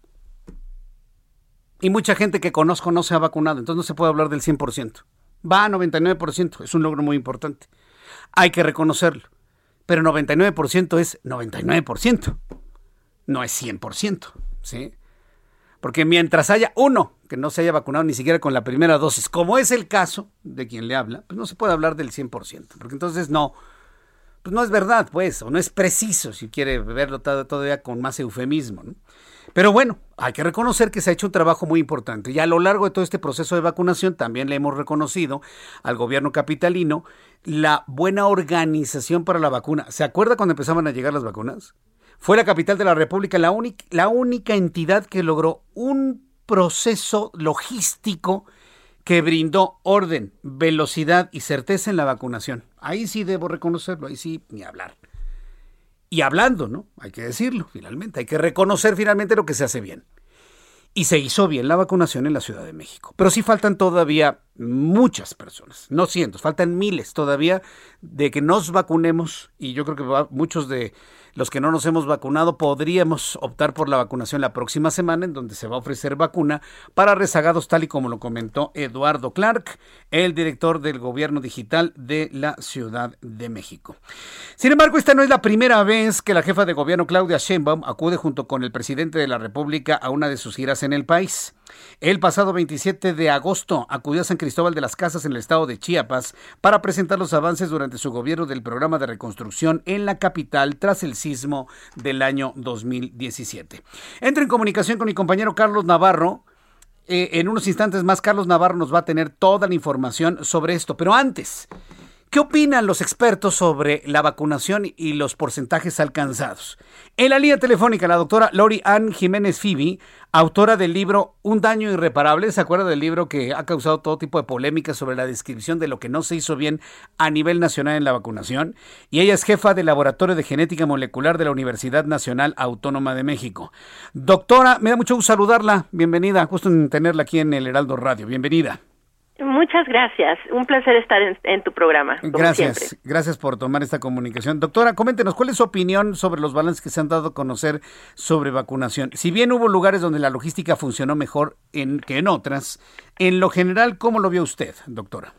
Y mucha gente que conozco no se ha vacunado, entonces no se puede hablar del cien por ciento. Va a noventa y nueve por ciento, es un logro muy importante. Hay que reconocerlo. Pero noventa y nueve por ciento es noventa y nueve por ciento, no es cien por ciento, ¿sí? Porque mientras haya uno que no se haya vacunado ni siquiera con la primera dosis, como es el caso de quien le habla, pues no se puede hablar del cien por ciento, porque entonces no, pues no es verdad, pues, o no es preciso, si quiere verlo todavía con más eufemismo, ¿no? Pero bueno, hay que reconocer que se ha hecho un trabajo muy importante y a lo largo de todo este proceso de vacunación también le hemos reconocido al gobierno capitalino la buena organización para la vacuna. ¿Se acuerda cuando empezaban a llegar las vacunas? Fue la capital de la República la, única, la única entidad que logró un proceso logístico que brindó orden, velocidad y certeza en la vacunación. Ahí sí debo reconocerlo, ahí sí ni hablar. Y hablando, ¿no? Hay que decirlo, finalmente, hay que reconocer finalmente lo que se hace bien. Y se hizo bien la vacunación en la Ciudad de México. Pero sí faltan todavía muchas personas, no cientos, faltan miles todavía de que nos vacunemos. Y yo creo que va, muchos de los que no nos hemos vacunado podríamos optar por la vacunación la próxima semana, en donde se va a ofrecer vacuna para rezagados, tal y como lo comentó Eduardo Clark, el director del Gobierno Digital de la Ciudad de México. Sin embargo, esta no es la primera vez que la jefa de gobierno, Claudia Sheinbaum, acude junto con el presidente de la República a una de sus giras en el país. El pasado veintisiete de agosto acudió a San Cristóbal de las Casas en el estado de Chiapas para presentar los avances durante su gobierno del programa de reconstrucción en la capital tras el sismo del año dos mil diecisiete. Entro en comunicación con mi compañero Carlos Navarro. Eh, en unos instantes más, Carlos Navarro nos va a tener toda la información sobre esto. Pero antes, ¿qué opinan los expertos sobre la vacunación y los porcentajes alcanzados? En la línea telefónica, la doctora Lori Ann Jiménez Fibi, autora del libro Un daño irreparable. ¿Se acuerda del libro que ha causado todo tipo de polémicas sobre la descripción de lo que no se hizo bien a nivel nacional en la vacunación? Y ella es jefa del Laboratorio de Genética Molecular de la Universidad Nacional Autónoma de México. Doctora, me da mucho gusto saludarla. Bienvenida, gusto en tenerla aquí en el Heraldo Radio. Bienvenida. Muchas gracias, un placer estar en, en tu programa. Como gracias, siempre. Gracias por tomar esta comunicación. Doctora, coméntenos, ¿cuál es su opinión sobre los balances que se han dado a conocer sobre vacunación? Si bien hubo lugares donde la logística funcionó mejor en, que en otras, en lo general, ¿cómo lo vio usted, doctora?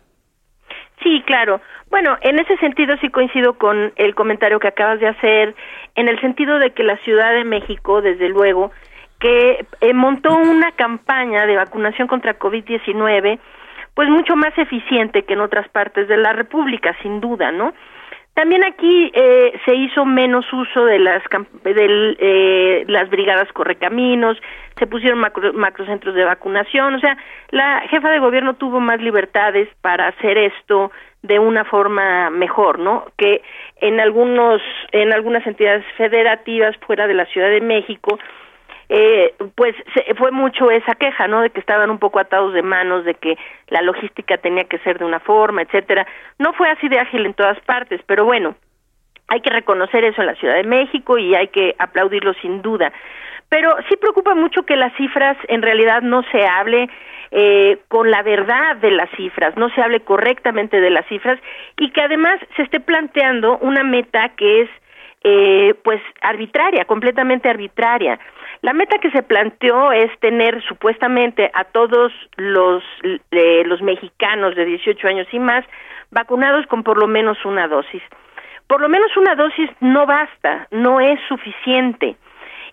Sí, claro. Bueno, en ese sentido sí coincido con el comentario que acabas de hacer, en el sentido de que la Ciudad de México, desde luego, que eh, montó una campaña de vacunación contra covid diecinueve, pues mucho más eficiente que en otras partes de la República, sin duda, ¿no? También aquí eh, se hizo menos uso de las de, eh, las brigadas correcaminos, se pusieron macro, macrocentros de vacunación, o sea, la jefa de gobierno tuvo más libertades para hacer esto de una forma mejor, ¿no? Que en algunos en algunas entidades federativas fuera de la Ciudad de México, Eh, pues se, fue mucho esa queja, ¿no? De que estaban un poco atados de manos, de que la logística tenía que ser de una forma, etcétera. No fue así de ágil en todas partes, pero bueno, hay que reconocer eso en la Ciudad de México y hay que aplaudirlo sin duda. Pero sí preocupa mucho que las cifras en realidad no se hable eh, con la verdad de las cifras, no se hable correctamente de las cifras y que además se esté planteando una meta que es eh, pues arbitraria, completamente arbitraria. La meta que se planteó es tener supuestamente a todos los eh, los mexicanos de dieciocho años y más vacunados con por lo menos una dosis. Por lo menos una dosis no basta, no es suficiente.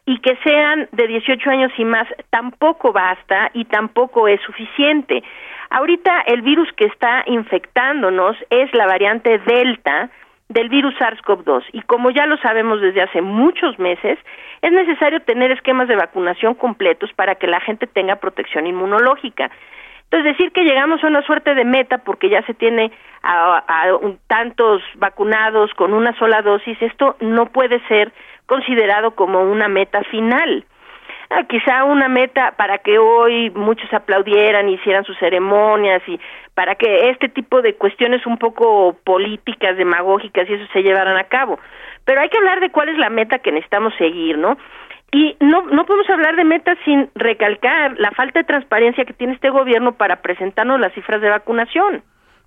y que sean de dieciocho años y más tampoco basta y tampoco es suficiente. Ahorita el virus que está infectándonos es la variante Delta del virus SARS-CoV dos y como ya lo sabemos desde hace muchos meses, es necesario tener esquemas de vacunación completos para que la gente tenga protección inmunológica. Entonces, decir que llegamos a una suerte de meta porque ya se tiene a, a un, tantos vacunados con una sola dosis, esto no puede ser considerado como una meta final. Ah, quizá una meta para que hoy muchos aplaudieran, hicieran sus ceremonias y para que este tipo de cuestiones un poco políticas, demagógicas y eso se llevaran a cabo. Pero hay que hablar de cuál es la meta que necesitamos seguir, ¿no? Y no no podemos hablar de metas sin recalcar la falta de transparencia que tiene este gobierno para presentarnos las cifras de vacunación.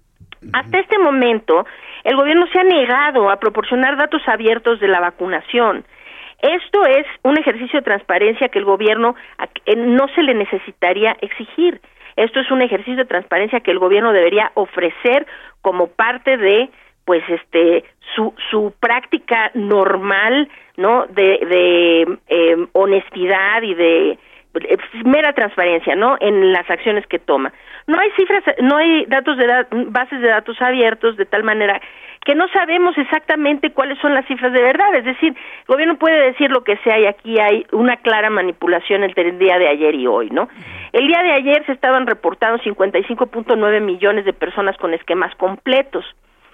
Hasta este momento, el gobierno se ha negado a proporcionar datos abiertos de la vacunación. Esto es un ejercicio de transparencia que el gobierno no se le necesitaría exigir. Esto es un ejercicio de transparencia que el gobierno debería ofrecer como parte de pues este su su práctica normal, ¿no? de de eh, honestidad y de eh, mera transparencia, ¿no? en las acciones que toma. No hay cifras, no hay datos de da- bases de datos abiertos de tal manera que no sabemos exactamente cuáles son las cifras de verdad, es decir, el gobierno puede decir lo que sea y aquí hay una clara manipulación entre el día de ayer y hoy, ¿no? El día de ayer se estaban reportando cincuenta y cinco punto nueve millones de personas con esquemas completos.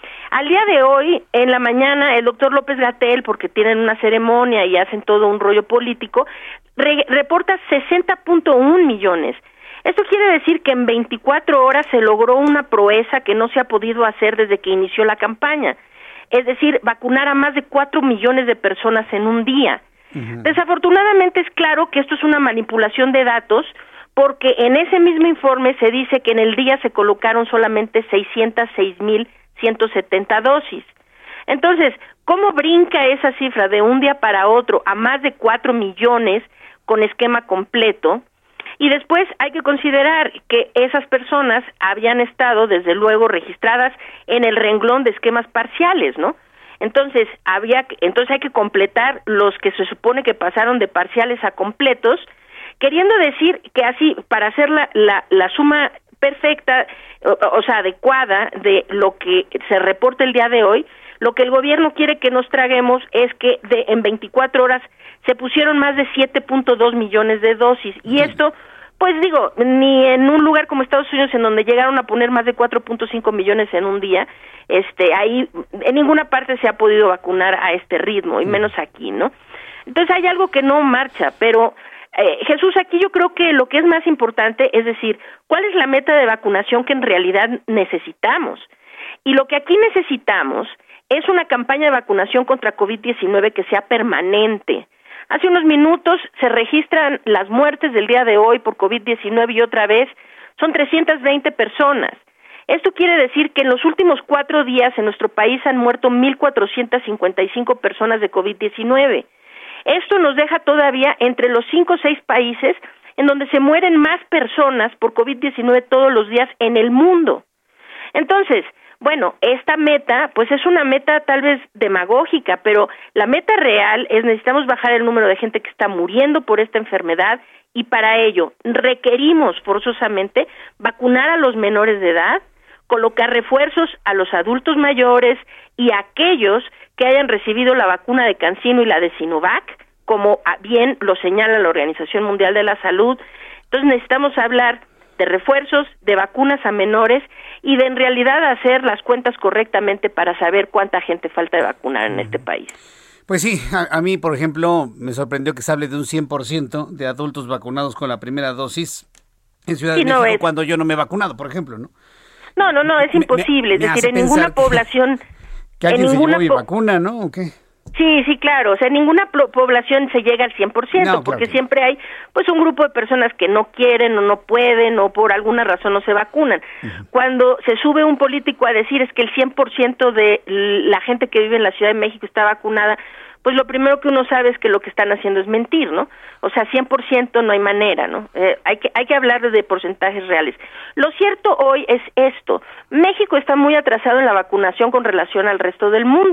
Al día de hoy, en la mañana, el doctor López-Gatell, porque tienen una ceremonia y hacen todo un rollo político, re- reporta sesenta punto uno millones. Esto quiere decir que en veinticuatro horas se logró una proeza que no se ha podido hacer desde que inició la campaña. Es decir, vacunar a más de cuatro millones de personas en un día. Uh-huh. Desafortunadamente es claro que esto es una manipulación de datos, porque en ese mismo informe se dice que en el día se colocaron solamente seiscientas seis mil ciento setenta dosis. Entonces, ¿cómo brinca esa cifra de un día para otro a más de cuatro millones con esquema completo? Y después hay que considerar que esas personas habían estado, desde luego, registradas en el renglón de esquemas parciales, ¿no? Entonces, había, entonces hay que completar los que se supone que pasaron de parciales a completos, queriendo decir que así, para hacer la, la, la suma perfecta, o, o sea, adecuada de lo que se reporta el día de hoy, lo que el gobierno quiere que nos traguemos es que de en veinticuatro horas se pusieron más de siete punto dos millones de dosis, y esto, pues digo, ni en un lugar como Estados Unidos, en donde llegaron a poner más de cuatro punto cinco millones en un día, este, ahí en ninguna parte se ha podido vacunar a este ritmo, y menos aquí, ¿no? Entonces hay algo que no marcha, pero eh, Jesús, aquí yo creo que lo que es más importante es decir, ¿cuál es la meta de vacunación que en realidad necesitamos? Y lo que aquí necesitamos es una campaña de vacunación contra COVID diecinueve que sea permanente. Hace unos minutos se registran las muertes del día de hoy por COVID diecinueve y otra vez son trescientas veinte personas. Esto quiere decir que en los últimos cuatro días en nuestro país han muerto mil cuatrocientas cincuenta y cinco personas de COVID diecinueve. Esto nos deja todavía entre los cinco o seis países en donde se mueren más personas por COVID diecinueve todos los días en el mundo. Entonces, bueno, esta meta, pues es una meta tal vez demagógica, pero la meta real es necesitamos bajar el número de gente que está muriendo por esta enfermedad y para ello requerimos forzosamente vacunar a los menores de edad, colocar refuerzos a los adultos mayores y a aquellos que hayan recibido la vacuna de CanSino y la de Sinovac, como bien lo señala la Organización Mundial de la Salud. Entonces necesitamos hablar de refuerzos, de vacunas a menores y de en realidad hacer las cuentas correctamente para saber cuánta gente falta de vacunar en este país. Pues sí, a, a mí, por ejemplo, me sorprendió que se hable de un cien por ciento de adultos vacunados con la primera dosis en Ciudad sí, de México, no es... cuando yo no me he vacunado, por ejemplo, ¿no? No, no, no, es imposible. Me, me, me es decir, en ninguna población... Que alguien en se ninguna llevó mi po- vacuna, ¿no? ¿O qué? Sí, sí, claro, o sea, ninguna plo- población se llega al cien por ciento, No, claro porque que siempre hay pues un grupo de personas que no quieren o no pueden o por alguna razón no se vacunan. Uh-huh. Cuando se sube un político a decir es que el cien por ciento de la gente que vive en la Ciudad de México está vacunada, pues lo primero que uno sabe es que lo que están haciendo es mentir, ¿no? O sea, cien por ciento no hay manera, ¿no? Eh, hay que hay que hablar de porcentajes reales. Lo cierto hoy es esto, México está muy atrasado en la vacunación con relación al resto del mundo.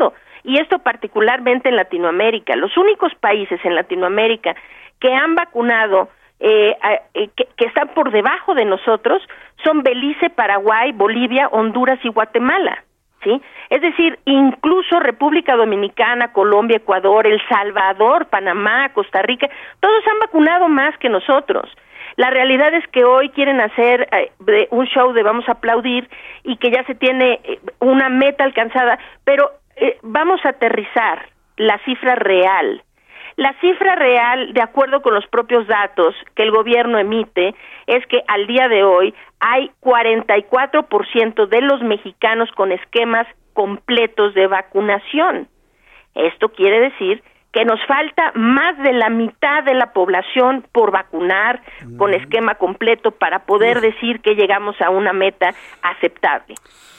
y esto particularmente en Latinoamérica. Los únicos países en Latinoamérica que han vacunado, eh, eh, que, que están por debajo de nosotros, son Belice, Paraguay, Bolivia, Honduras y Guatemala, ¿sí? Es decir, incluso República Dominicana, Colombia, Ecuador, El Salvador, Panamá, Costa Rica, todos han vacunado más que nosotros. La realidad es que hoy quieren hacer eh, un show de vamos a aplaudir y que ya se tiene eh, una meta alcanzada, pero eh, vamos a aterrizar la cifra real. La cifra real, de acuerdo con los propios datos que el gobierno emite, es que al día de hoy hay cuarenta y cuatro por ciento de los mexicanos con esquemas completos de vacunación. Esto quiere decir que nos falta más de la mitad de la población por vacunar mm. con esquema completo para poder decir que llegamos a una meta aceptable.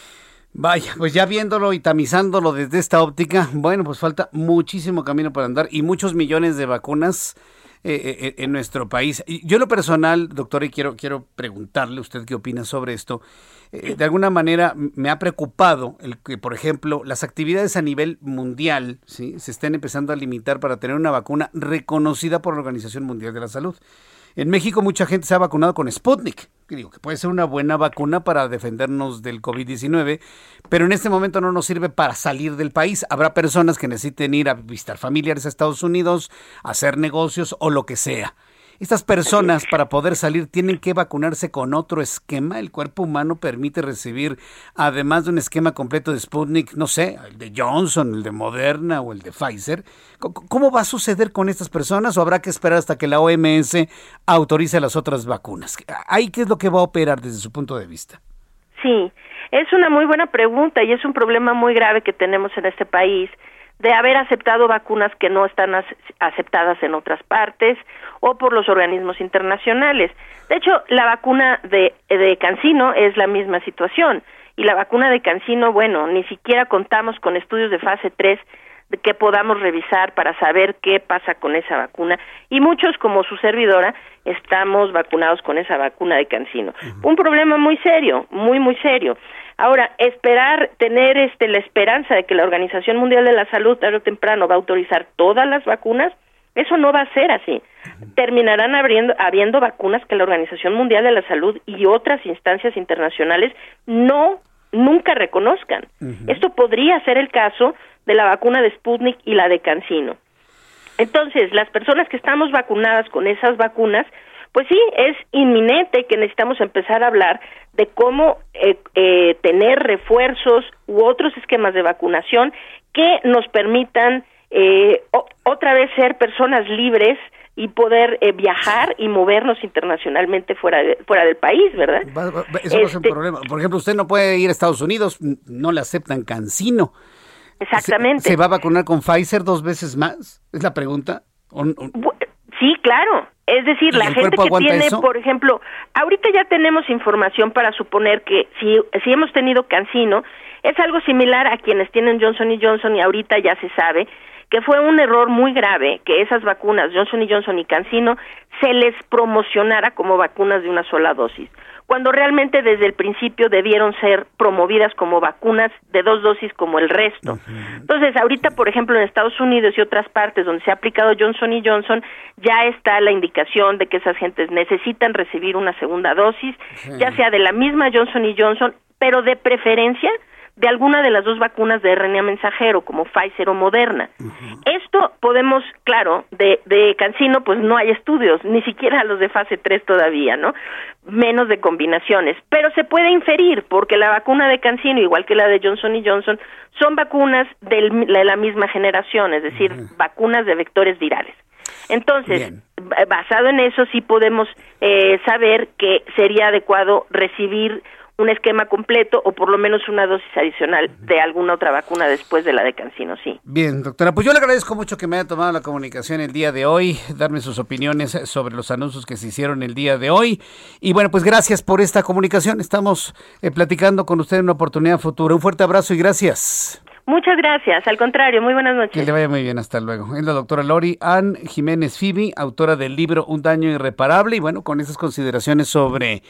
Vaya, pues ya viéndolo y tamizándolo desde esta óptica, bueno, pues falta muchísimo camino para andar y muchos millones de vacunas eh, eh, en nuestro país. Y yo en lo personal, doctora, y quiero, quiero preguntarle usted qué opina sobre esto. Eh, de alguna manera me ha preocupado el que, por ejemplo, las actividades a nivel mundial, ¿sí?, se estén empezando a limitar para tener una vacuna reconocida por la Organización Mundial de la Salud. En México mucha gente se ha vacunado con Sputnik, que digo que puede ser una buena vacuna para defendernos del COVID diecinueve, pero en este momento no nos sirve para salir del país. Habrá personas que necesiten ir a visitar familiares a Estados Unidos, hacer negocios o lo que sea. Estas personas, para poder salir, tienen que vacunarse con otro esquema. El cuerpo humano permite recibir, además de un esquema completo de Sputnik, no sé, el de Johnson, el de Moderna o el de Pfizer. ¿Cómo va a suceder con estas personas o habrá que esperar hasta que la O M S autorice las otras vacunas? ¿Ahí qué es lo que va a operar desde su punto de vista? Sí, es una muy buena pregunta y es un problema muy grave que tenemos en este país, de haber aceptado vacunas que no están aceptadas en otras partes o por los organismos internacionales. De hecho, la vacuna de, de CanSino es la misma situación, y la vacuna de CanSino, bueno, ni siquiera contamos con estudios de fase tres que podamos revisar para saber qué pasa con esa vacuna, y muchos, como su servidora, estamos vacunados con esa vacuna de CanSino. Uh-huh. Un problema muy serio, muy, muy serio. Ahora, esperar, tener este la esperanza de que la Organización Mundial de la Salud tarde o temprano va a autorizar todas las vacunas, eso no va a ser así. Terminarán abriendo, habiendo vacunas que la Organización Mundial de la Salud y otras instancias internacionales no, nunca reconozcan. Uh-huh. Esto podría ser el caso de la vacuna de Sputnik y la de CanSino. Entonces, las personas que estamos vacunadas con esas vacunas, pues sí, es inminente que necesitamos empezar a hablar de cómo eh, eh, tener refuerzos u otros esquemas de vacunación que nos permitan eh, o, otra vez ser personas libres y poder eh, viajar y movernos internacionalmente fuera de, fuera del país, ¿verdad? Va, va, eso no es un problema. Por ejemplo, usted no puede ir a Estados Unidos, no le aceptan CanSino. Exactamente. ¿Se, ¿Se va a vacunar con Pfizer dos veces más? ¿Es la pregunta? ¿O, o... Sí, claro. Es decir, la gente que tiene, eso? por ejemplo, ahorita ya tenemos información para suponer que si, si hemos tenido CanSino, es algo similar a quienes tienen Johnson y Johnson, y ahorita ya se sabe que fue un error muy grave que esas vacunas, Johnson y Johnson y CanSino, se les promocionara como vacunas de una sola dosis, cuando realmente desde el principio debieron ser promovidas como vacunas de dos dosis como el resto. Uh-huh. Entonces, ahorita, por ejemplo, en Estados Unidos y otras partes donde se ha aplicado Johnson y Johnson, ya está la indicación de que esas gentes necesitan recibir una segunda dosis, uh-huh. ya sea de la misma Johnson y Johnson, pero de preferencia de alguna de las dos vacunas de R N A mensajero, como Pfizer o Moderna. Uh-huh. Esto podemos, claro, de, de CanSino, pues no hay estudios, ni siquiera los de fase tres todavía, ¿no? Menos de combinaciones, pero se puede inferir, porque la vacuna de CanSino, igual que la de Johnson y Johnson, son vacunas del, de la misma generación, es decir, uh-huh. vacunas de vectores virales. Entonces, Bien. basado en eso, sí podemos eh, saber que sería adecuado recibir un esquema completo o por lo menos una dosis adicional de alguna otra vacuna después de la de CanSino, sí. Bien, doctora, pues yo le agradezco mucho que me haya tomado la comunicación el día de hoy, darme sus opiniones sobre los anuncios que se hicieron el día de hoy, y bueno, pues gracias por esta comunicación, estamos eh, platicando con usted en una oportunidad futura. Un fuerte abrazo y gracias. Muchas gracias, al contrario, muy buenas noches. Que le vaya muy bien, hasta luego. Es la doctora Lori Ann Jiménez Fibi, autora del libro Un daño irreparable, y bueno, con esas consideraciones sobre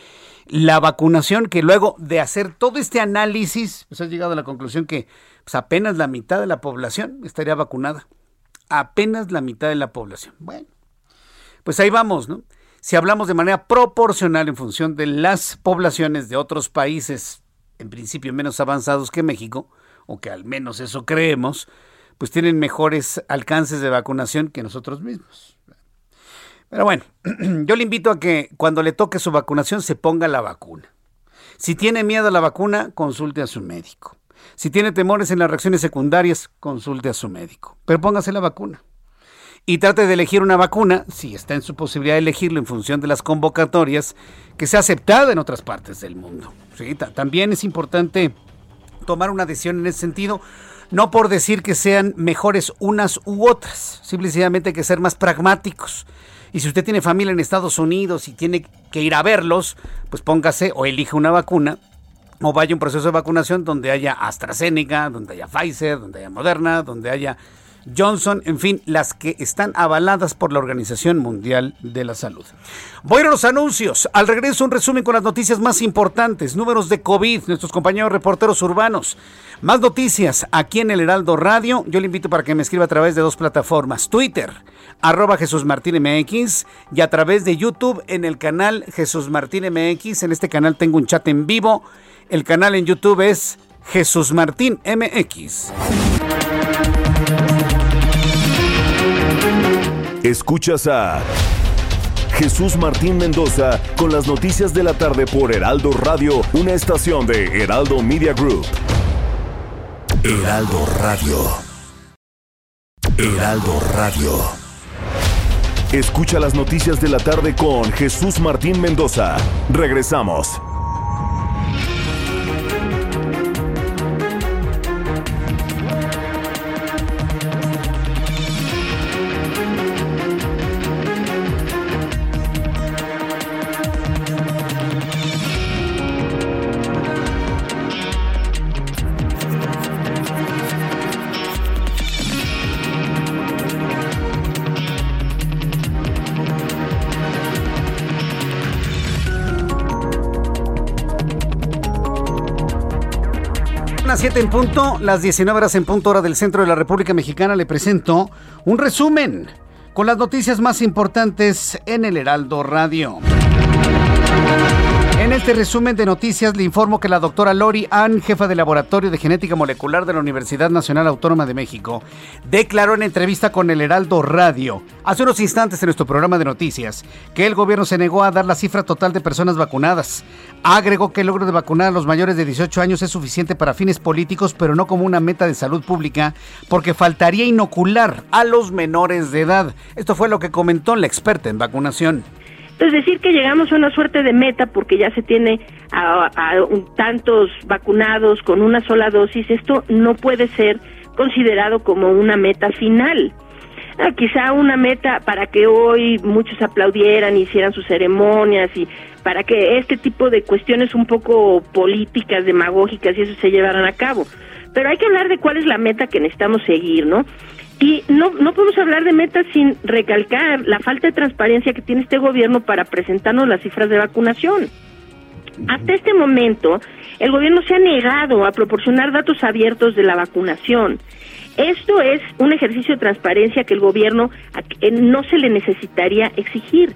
la vacunación, que luego de hacer todo este análisis, pues has llegado a la conclusión que pues apenas la mitad de la población estaría vacunada. Apenas la mitad de la población. Bueno, pues ahí vamos, ¿no? Si hablamos de manera proporcional en función de las poblaciones de otros países, en principio menos avanzados que México, o que al menos eso creemos, pues tienen mejores alcances de vacunación que nosotros mismos. Pero bueno, yo le invito a que cuando le toque su vacunación se ponga la vacuna. Si tiene miedo a la vacuna, consulte a su médico. Si tiene temores en las reacciones secundarias, consulte a su médico. Pero póngase la vacuna. Y trate de elegir una vacuna, si está en su posibilidad de elegirlo en función de las convocatorias, que sea aceptada en otras partes del mundo. Sí, t- también es importante tomar una decisión en ese sentido, no por decir que sean mejores unas u otras, simplemente hay que ser más pragmáticos. Y si usted tiene familia en Estados Unidos y tiene que ir a verlos, pues póngase o elija una vacuna, o vaya a un proceso de vacunación donde haya AstraZeneca, donde haya Pfizer, donde haya Moderna, donde haya Johnson, en fin, las que están avaladas por la Organización Mundial de la Salud. Voy a los anuncios. Al regreso, un resumen con las noticias más importantes, números de COVID, nuestros compañeros reporteros urbanos. Más noticias aquí en el Heraldo Radio. Yo le invito para que me escriba a través de dos plataformas, Twitter, arroba Jesús Martín M X, y a través de YouTube en el canal Jesús Martín M X. En este canal tengo un chat en vivo. El canal en YouTube es Jesús Martín M X. Escuchas a Jesús Martín Mendoza con las noticias de la tarde por Heraldo Radio, una estación de Heraldo Media Group. Heraldo Radio. Heraldo Radio. Escucha las noticias de la tarde con Jesús Martín Mendoza. Regresamos. Las siete en punto, las diecinueve horas en punto hora del centro de la República Mexicana, le presento un resumen con las noticias más importantes en el Heraldo Radio. En este resumen de noticias le informo que la doctora Lori Ann, jefa del Laboratorio de Genética Molecular de la Universidad Nacional Autónoma de México, declaró en entrevista con el Heraldo Radio hace unos instantes en nuestro programa de noticias que el gobierno se negó a dar la cifra total de personas vacunadas. Agregó que el logro de vacunar a los mayores de dieciocho años es suficiente para fines políticos, pero no como una meta de salud pública, porque faltaría inocular a los menores de edad. Esto fue lo que comentó la experta en vacunación. Entonces, decir que llegamos a una suerte de meta porque ya se tiene a, a un, tantos vacunados con una sola dosis, esto no puede ser considerado como una meta final. Ah, quizá una meta para que hoy muchos aplaudieran, hicieran sus ceremonias y para que este tipo de cuestiones un poco políticas, demagógicas y eso se llevaran a cabo. Pero hay que hablar de cuál es la meta que necesitamos seguir, ¿no? Y no no podemos hablar de metas sin recalcar la falta de transparencia que tiene este gobierno para presentarnos las cifras de vacunación. Hasta este momento, el gobierno se ha negado a proporcionar datos abiertos de la vacunación. Esto es un ejercicio de transparencia que el gobierno no se le necesitaría exigir.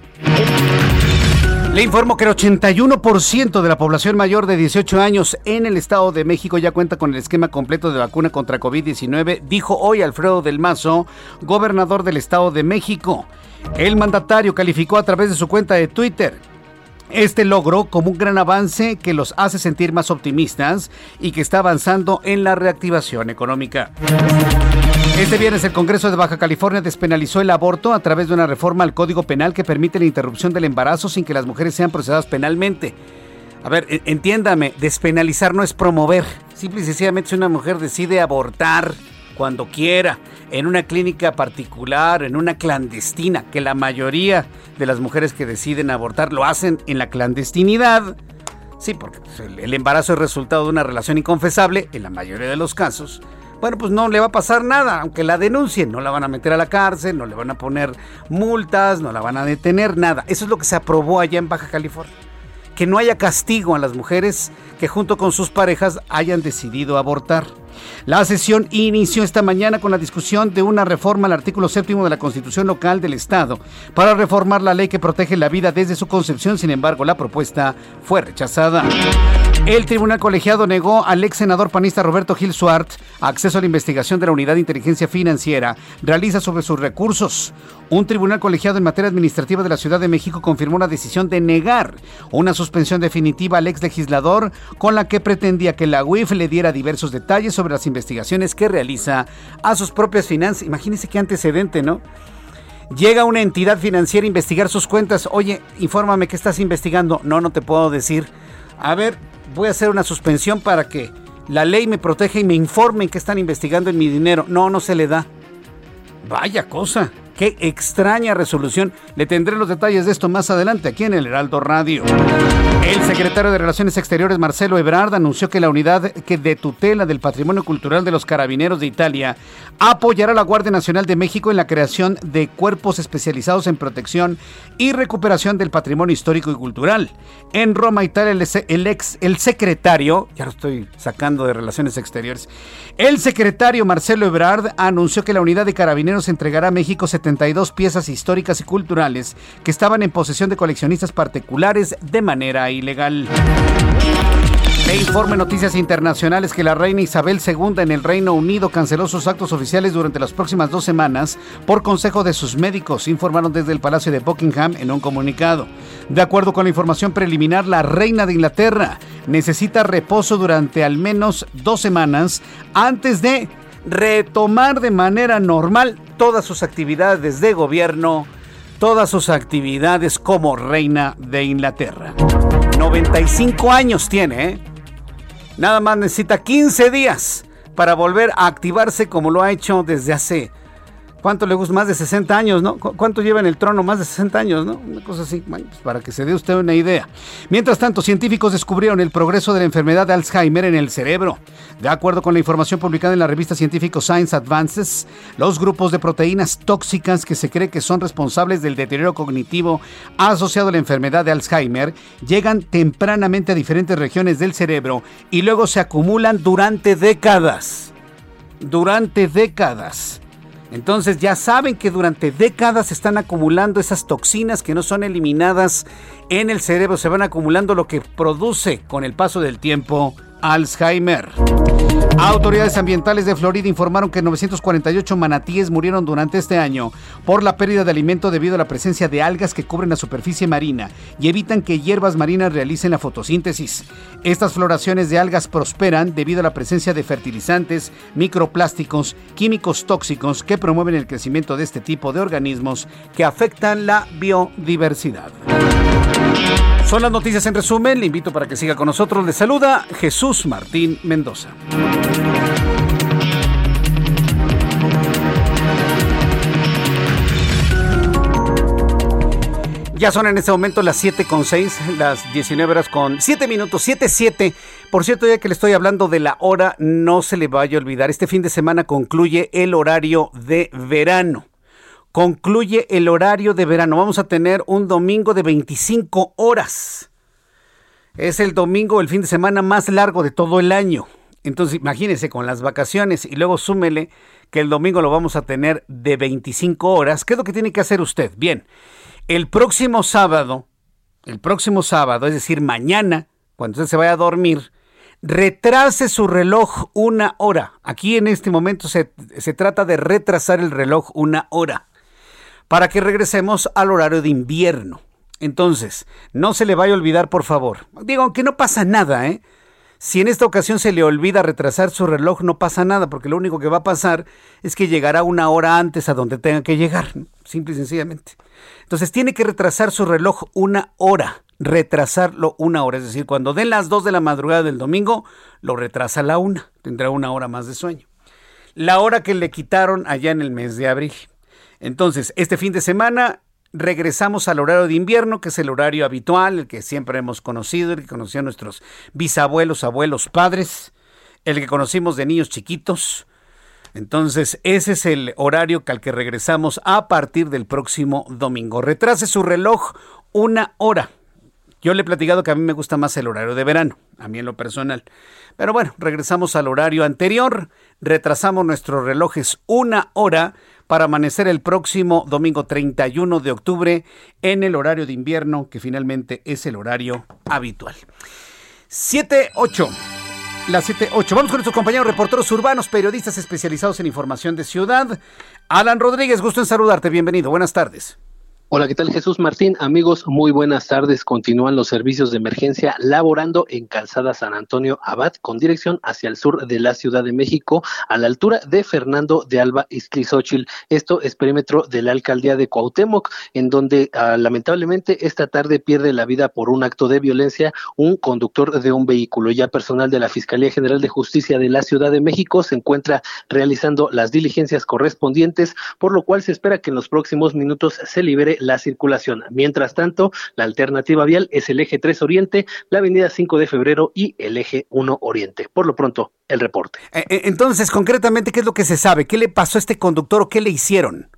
Le informo que el ochenta y uno por ciento de la población mayor de dieciocho años en el Estado de México ya cuenta con el esquema completo de vacuna contra COVID diecinueve, dijo hoy Alfredo del Mazo, gobernador del Estado de México. El mandatario calificó a través de su cuenta de Twitter este logro como un gran avance que los hace sentir más optimistas y que está avanzando en la reactivación económica. Este viernes el Congreso de Baja California despenalizó el aborto a través de una reforma al Código Penal que permite la interrupción del embarazo sin que las mujeres sean procesadas penalmente. A ver, entiéndame, despenalizar no es promover. Simple y sencillamente si una mujer decide abortar cuando quiera, en una clínica particular, en una clandestina, que la mayoría de las mujeres que deciden abortar lo hacen en la clandestinidad. Sí, porque el, el embarazo es resultado de una relación inconfesable, en la mayoría de los casos. Bueno, pues no le va a pasar nada, aunque la denuncien, no la van a meter a la cárcel, no le van a poner multas, no la van a detener, nada. Eso es lo que se aprobó allá en Baja California. que no haya castigo a las mujeres que junto con sus parejas hayan decidido abortar. La sesión inició esta mañana con la discusión de una reforma al artículo séptimo de la Constitución Local del Estado para reformar la ley que protege la vida desde su concepción. Sin embargo, la propuesta fue rechazada. El tribunal colegiado negó al ex senador panista Roberto Gil Suart acceso a la investigación de la Unidad de Inteligencia Financiera realiza sobre sus recursos. Un tribunal colegiado en materia administrativa de la Ciudad de México confirmó la decisión de negar una suspensión definitiva al ex legislador con la que pretendía que la U I F le diera diversos detalles sobre las investigaciones que realiza a sus propias finanzas. Imagínense qué antecedente, ¿no? Llega una entidad financiera a investigar sus cuentas. Oye, infórmame qué estás investigando. No, no te puedo decir. A ver, voy a hacer una suspensión para que la ley me proteja y me informen qué están investigando en mi dinero. No, no se le da. Vaya cosa. Qué extraña resolución. Le tendré los detalles de esto más adelante aquí en el Heraldo Radio. El secretario de Relaciones Exteriores, Marcelo Ebrard, anunció que la unidad que de tutela del patrimonio cultural de los Carabineros de Italia apoyará a la Guardia Nacional de México en la creación de cuerpos especializados en protección y recuperación del patrimonio histórico y cultural. En Roma, Italia, el, el ex, el secretario, ya lo estoy sacando de Relaciones Exteriores, el secretario Marcelo Ebrard anunció que la unidad de Carabineros entregará a México setenta y dos piezas históricas y culturales que estaban en posesión de coleccionistas particulares de manera ilegal. Le informe Noticias Internacionales que la reina Isabel segunda en el Reino Unido canceló sus actos oficiales durante las próximas dos semanas por consejo de sus médicos, informaron desde el Palacio de Buckingham en un comunicado. De acuerdo con la información preliminar, la reina de Inglaterra necesita reposo durante al menos dos semanas antes de retomar de manera normal todas sus actividades de gobierno, todas sus actividades como reina de Inglaterra. noventa y cinco años tiene, ¿eh? Nada más necesita quince días para volver a activarse como lo ha hecho desde hace, ¿cuánto le gusta? Más de sesenta años, ¿no? ¿Cuánto lleva en el trono? Más de sesenta años, ¿no? Una cosa así, bueno, pues para que se dé usted una idea. Mientras tanto, científicos descubrieron el progreso de la enfermedad de Alzheimer en el cerebro. De acuerdo con la información publicada en la revista científica Science Advances, los grupos de proteínas tóxicas que se cree que son responsables del deterioro cognitivo asociado a la enfermedad de Alzheimer llegan tempranamente a diferentes regiones del cerebro y luego se acumulan durante décadas. Durante décadas. Entonces ya saben que durante décadas se están acumulando esas toxinas que no son eliminadas en el cerebro, se van acumulando, lo que produce con el paso del tiempo Alzheimer. Autoridades ambientales de Florida informaron que novecientos cuarenta y ocho manatíes murieron durante este año por la pérdida de alimento debido a la presencia de algas que cubren la superficie marina y evitan que hierbas marinas realicen la fotosíntesis. Estas floraciones de algas prosperan debido a la presencia de fertilizantes, microplásticos, químicos tóxicos que promueven el crecimiento de este tipo de organismos que afectan la biodiversidad. Son las noticias en resumen. Le invito para que siga con nosotros. Le saluda Jesús Martín Mendoza. Ya son en este momento las siete con seis, las diecinueve horas con siete minutos, siete siete. Por cierto, ya que le estoy hablando de la hora, no se le vaya a olvidar, este fin de semana concluye el horario de verano. Concluye el horario de verano. Vamos a tener un domingo de veinticinco horas. Es el domingo, el fin de semana más largo de todo el año. Entonces, imagínense con las vacaciones y luego súmele que el domingo lo vamos a tener de veinticinco horas. ¿Qué es lo que tiene que hacer usted? Bien, el próximo sábado, el próximo sábado, es decir, mañana, cuando usted se vaya a dormir, retrase su reloj una hora. Aquí en este momento se, se trata de retrasar el reloj una hora para que regresemos al horario de invierno. Entonces, no se le vaya a olvidar, por favor. Digo, aunque no pasa nada, ¿eh? Si en esta ocasión se le olvida retrasar su reloj, no pasa nada, porque lo único que va a pasar es que llegará una hora antes a donde tenga que llegar, ¿no? Simple y sencillamente. Entonces, tiene que retrasar su reloj una hora. Retrasarlo una hora. Es decir, cuando den las dos de la madrugada del domingo, lo retrasa a la una. Tendrá una hora más de sueño. La hora que le quitaron allá en el mes de abril. Entonces, este fin de semana regresamos al horario de invierno, que es el horario habitual, el que siempre hemos conocido, el que conocían nuestros bisabuelos, abuelos, padres, el que conocimos de niños chiquitos. Entonces, ese es el horario al que regresamos a partir del próximo domingo. Retrase su reloj una hora. Yo le he platicado que a mí me gusta más el horario de verano, a mí en lo personal. Pero bueno, regresamos al horario anterior, retrasamos nuestros relojes una hora para amanecer el próximo domingo treinta y uno de octubre en el horario de invierno, que finalmente es el horario habitual. siete ocho. Las siete ocho. Vamos con nuestros compañeros reporteros urbanos, periodistas especializados en información de ciudad. Alan Rodríguez, gusto en saludarte. Bienvenido. Buenas tardes. Hola, ¿qué tal, Jesús Martín? Amigos, muy buenas tardes. Continúan los servicios de emergencia laborando en Calzada San Antonio Abad con dirección hacia el sur de la Ciudad de México, a la altura de Fernando de Alba Izquizóchil. Esto es perímetro de la alcaldía de Cuauhtémoc, en donde uh, lamentablemente esta tarde pierde la vida por un acto de violencia un conductor de un vehículo. Ya personal de la Fiscalía General de Justicia de la Ciudad de México se encuentra realizando las diligencias correspondientes, por lo cual se espera que en los próximos minutos se libere la circulación. Mientras tanto, la alternativa vial es el eje tres Oriente, la avenida cinco de febrero y el eje uno Oriente. Por lo pronto, el reporte. Entonces, concretamente, ¿qué es lo que se sabe? ¿Qué le pasó a este conductor o qué le hicieron?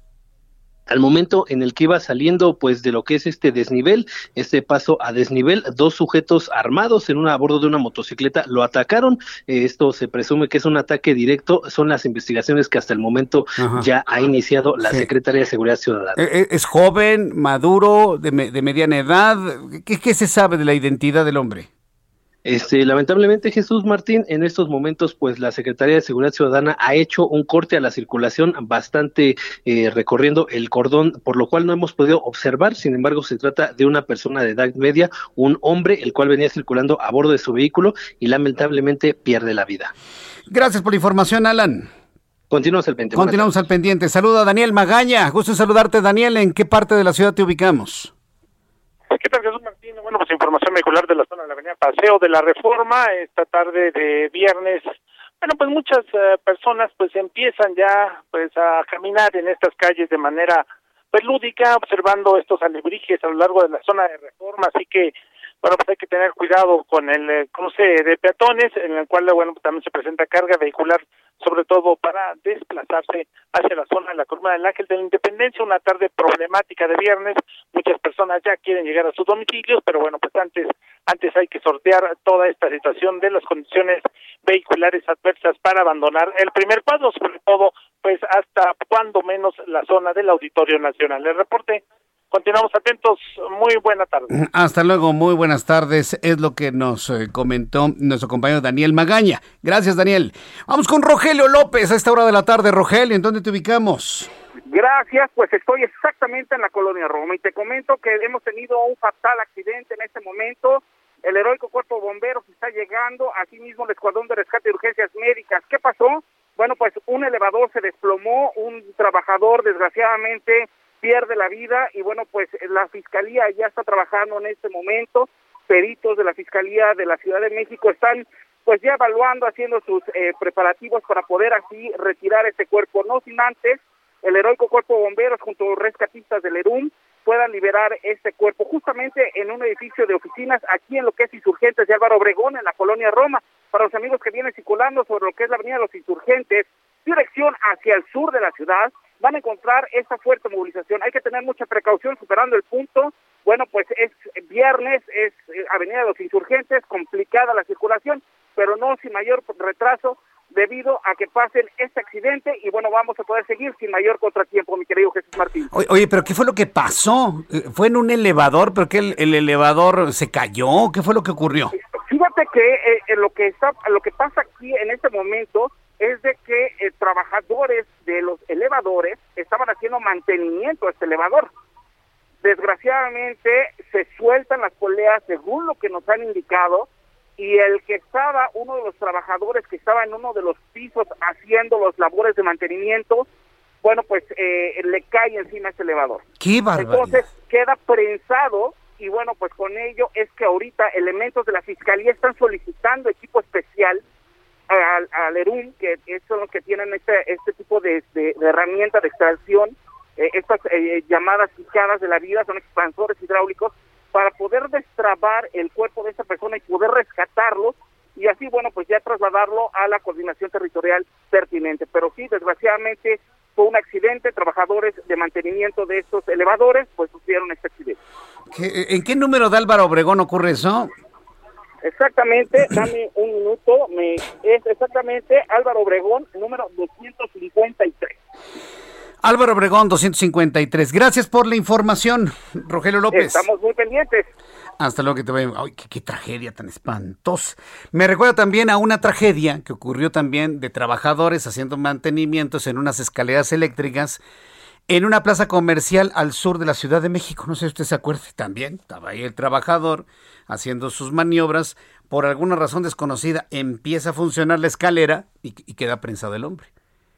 Al momento en el que iba saliendo pues de lo que es este desnivel, este paso a desnivel, dos sujetos armados en una a bordo de una motocicleta lo atacaron. Eh, esto se presume que es un ataque directo, son las investigaciones que hasta el momento Ajá. ya ha iniciado la sí. Secretaría de Seguridad Ciudadana. ¿Es joven, maduro, de, me, de mediana edad? ¿Qué, ¿Qué se sabe de la identidad del hombre? Este, lamentablemente, Jesús Martín, en estos momentos, pues la Secretaría de Seguridad Ciudadana ha hecho un corte a la circulación bastante eh, recorriendo el cordón, por lo cual no hemos podido observar. Sin embargo, se trata de una persona de edad media, un hombre, el cual venía circulando a bordo de su vehículo y lamentablemente pierde la vida. Gracias por la información, Alan. Continuamos al pendiente. Continuamos al pendiente. Saluda a Daniel Magaña. Gusto en saludarte, Daniel. ¿En qué parte de la ciudad te ubicamos? ¿Qué tal, Jesús Martín? Bueno, pues información vehicular de la zona de la avenida Paseo de la Reforma, esta tarde de viernes. Bueno, pues muchas uh, personas pues empiezan ya pues a caminar en estas calles de manera pues lúdica, observando estos alebrijes a lo largo de la zona de Reforma, así que bueno, pues hay que tener cuidado con el eh, cruce de peatones, en el cual bueno pues también se presenta carga vehicular, sobre todo para desplazarse hacia la zona de la Columna del Ángel de la Independencia. Una tarde problemática de viernes, muchas personas ya quieren llegar a sus domicilios, pero bueno, pues antes antes hay que sortear toda esta situación de las condiciones vehiculares adversas para abandonar el primer cuadro, sobre todo pues hasta cuando menos la zona del Auditorio Nacional. El reporte. Continuamos atentos, muy buena tarde. Hasta luego, muy buenas tardes, es lo que nos eh, comentó nuestro compañero Daniel Magaña. Gracias, Daniel. Vamos con Rogelio López a esta hora de la tarde. Rogelio, ¿en dónde te ubicamos? Gracias, pues estoy exactamente en la Colonia Roma y te comento que hemos tenido un fatal accidente en este momento. El heroico Cuerpo de Bomberos está llegando, asimismo el Escuadrón de Rescate y Urgencias Médicas. ¿Qué pasó? Bueno, pues un elevador se desplomó, un trabajador desgraciadamente pierde la vida y bueno, pues la Fiscalía ya está trabajando en este momento, peritos de la Fiscalía de la Ciudad de México están pues ya evaluando, haciendo sus eh, preparativos para poder así retirar este cuerpo, no sin antes el heroico Cuerpo de Bomberos junto a los rescatistas del ERUM puedan liberar este cuerpo justamente en un edificio de oficinas aquí en lo que es Insurgentes de Álvaro Obregón, en la Colonia Roma. Para los amigos que vienen circulando sobre lo que es la avenida de los Insurgentes, dirección hacia el sur de la ciudad, van a encontrar esta fuerte movilización. Hay que tener mucha precaución superando el punto. Bueno, pues es viernes, es avenida de los Insurgentes, complicada la circulación, pero no sin mayor retraso debido a que pasen este accidente y bueno, vamos a poder seguir sin mayor contratiempo, mi querido Jesús Martín. Oye, oye pero ¿qué fue lo que pasó? ¿Fue en un elevador? ¿Pero qué el, el elevador se cayó? ¿Qué fue lo que ocurrió? Fíjate que eh, lo que está, lo que pasa aquí en este momento es de que eh, trabajadores de los elevadores estaban haciendo mantenimiento a este elevador. Desgraciadamente se sueltan las poleas según lo que nos han indicado y el que estaba, uno de los trabajadores que estaba en uno de los pisos haciendo los labores de mantenimiento, bueno, pues eh, le cae encima ese elevador. ¡Qué barbaridad! Entonces queda prensado y bueno, pues con ello es que ahorita elementos de la Fiscalía están solicitando equipo especial al, al ERUM, que son los que tienen este este tipo de, de, de herramienta de extracción, eh, estas eh, llamadas picadas de la vida, son expansores hidráulicos, para poder destrabar el cuerpo de esa persona y poder rescatarlo, y así, bueno, pues ya trasladarlo a la coordinación territorial pertinente. Pero sí, desgraciadamente, fue un accidente, trabajadores de mantenimiento de estos elevadores pues sufrieron este accidente. ¿Qué, ¿En qué número de Álvaro Obregón ocurre eso? Exactamente, dame un minuto, me, es exactamente Álvaro Obregón, número doscientos cincuenta y tres. Álvaro Obregón, doscientos cincuenta y tres. Gracias por la información, Rogelio López. Estamos muy pendientes. Hasta luego que te veo. Ay, qué, qué tragedia tan espantosa. Me recuerda también a una tragedia que ocurrió también de trabajadores haciendo mantenimientos en unas escaleras eléctricas en una plaza comercial al sur de la Ciudad de México. No sé si usted se acuerde también. Estaba ahí el trabajador haciendo sus maniobras. Por alguna razón desconocida empieza a funcionar la escalera y, y queda prensado el hombre.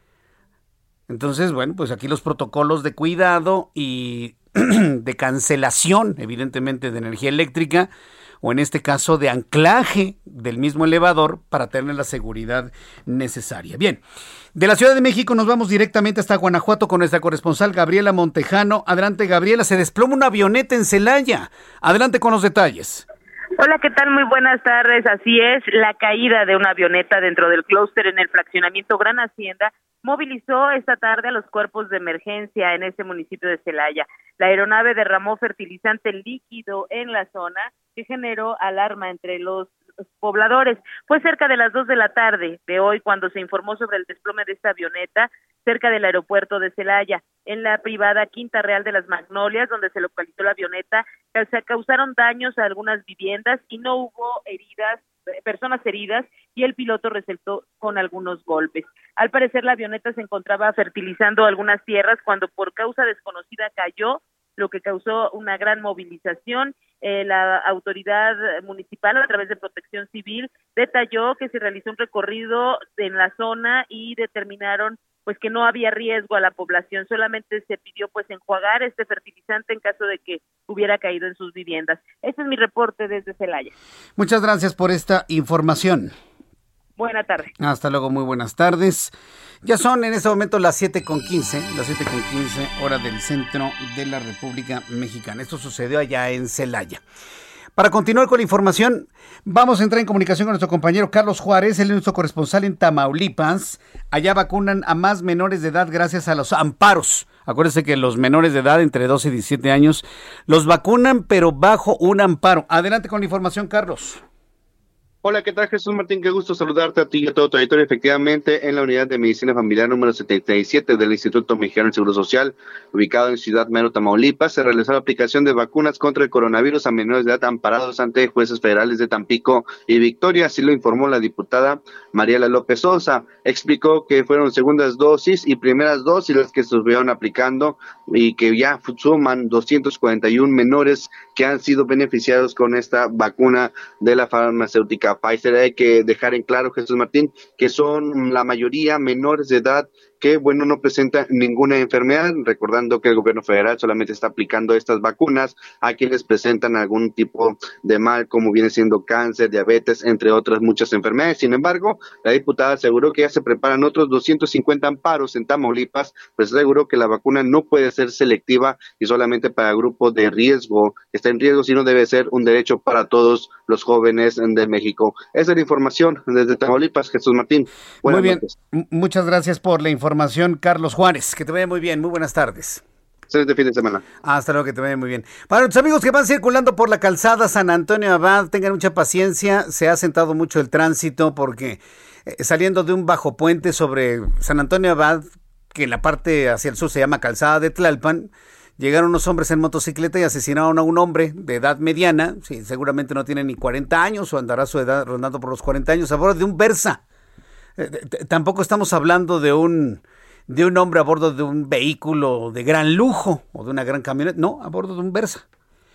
Entonces, bueno, pues aquí los protocolos de cuidado y de cancelación, evidentemente, de energía eléctrica, o en este caso de anclaje del mismo elevador para tener la seguridad necesaria. Bien, de la Ciudad de México nos vamos directamente hasta Guanajuato con nuestra corresponsal Gabriela Montejano. Adelante, Gabriela, se desploma una avioneta en Celaya. Adelante con los detalles. Hola, ¿qué tal? Muy buenas tardes. Así es, la caída de una avioneta dentro del clúster en el fraccionamiento Gran Hacienda movilizó esta tarde a los cuerpos de emergencia en ese municipio de Celaya. La aeronave derramó fertilizante líquido en la zona que generó alarma entre los pobladores. Fue cerca de las dos de la tarde de hoy cuando se informó sobre el desplome de esta avioneta cerca del aeropuerto de Celaya. En la privada Quinta Real de las Magnolias, donde se localizó la avioneta, se causaron daños a algunas viviendas y no hubo heridas, personas heridas, y el piloto resultó con algunos golpes. Al parecer la avioneta se encontraba fertilizando algunas tierras cuando por causa desconocida cayó, lo que causó una gran movilización. Eh, la autoridad municipal, a través de Protección Civil, detalló que se realizó un recorrido en la zona y determinaron pues que no había riesgo a la población, solamente se pidió pues enjuagar este fertilizante en caso de que hubiera caído en sus viviendas. Este es mi reporte desde Celaya. Muchas gracias por esta información. Buena tarde. Hasta luego, muy buenas tardes. Ya son en este momento las siete con quince, las siete con quince, hora del centro de la República Mexicana. Esto sucedió allá en Celaya. Para continuar con la información, vamos a entrar en comunicación con nuestro compañero Carlos Juárez, él es nuestro corresponsal en Tamaulipas. Allá vacunan a más menores de edad gracias a los amparos. Acuérdense que los menores de edad entre doce y diecisiete años los vacunan, pero bajo un amparo. Adelante con la información, Carlos. Hola, ¿qué tal, Jesús Martín? Qué gusto saludarte a ti y a todo tu auditorio. Efectivamente, en la unidad de medicina familiar número setenta y siete del Instituto Mexicano del Seguro Social, ubicado en Ciudad Mero, Tamaulipas, se realizó la aplicación de vacunas contra el coronavirus a menores de edad amparados ante jueces federales de Tampico y Victoria. Así lo informó la diputada Mariela López Sosa. Explicó que fueron segundas dosis y primeras dosis las que se estuvieron aplicando y que ya suman doscientos cuarenta y uno menores que han sido beneficiados con esta vacuna de la farmacéutica Pfizer. Hay que dejar en claro, Jesús Martín, que son la mayoría menores de edad que, bueno, no presentan ninguna enfermedad, recordando que el gobierno federal solamente está aplicando estas vacunas a quienes presentan algún tipo de mal, como viene siendo cáncer, diabetes, entre otras muchas enfermedades. Sin embargo, la diputada aseguró que ya se preparan otros doscientos cincuenta amparos en Tamaulipas, pues aseguró que la vacuna no puede ser selectiva y solamente para grupos de riesgo, está en riesgo, sino debe ser un derecho para todos los jóvenes de México. Esa es la información desde Tamaulipas, Jesús Martín. Buenas muy bien, noches. M- muchas gracias por la información. Información, Carlos Juárez. Que te vaya muy bien. Muy buenas tardes. Excelente fin de semana. Hasta luego, que te vaya muy bien. Para nuestros amigos que van circulando por la calzada San Antonio Abad, tengan mucha paciencia. Se ha sentado mucho el tránsito porque eh, saliendo de un bajo puente sobre San Antonio Abad, que en la parte hacia el sur se llama Calzada de Tlalpan, llegaron unos hombres en motocicleta y asesinaron a un hombre de edad mediana. Sí, seguramente no tiene ni cuarenta años o andará su edad rondando por los cuarenta años, a bordo de un Versa. Eh, t- tampoco estamos hablando de un de un hombre a bordo de un vehículo de gran lujo o de una gran camioneta, no, a bordo de un Versa.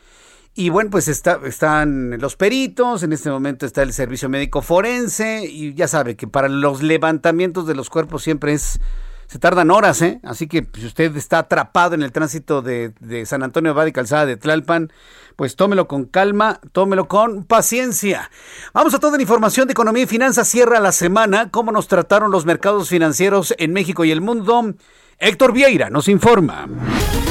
Y bueno, pues está, están los peritos, en este momento está el servicio médico forense y ya sabe que para los levantamientos de los cuerpos siempre es, se tardan horas, ¿eh? Así que si usted está atrapado en el tránsito de, de San Antonio Abad y Calzada de Tlalpan, pues tómelo con calma, tómelo con paciencia. Vamos a toda la información de economía y finanzas. Cierra la semana. ¿Cómo nos trataron los mercados financieros en México y el mundo? Héctor Vieira nos informa.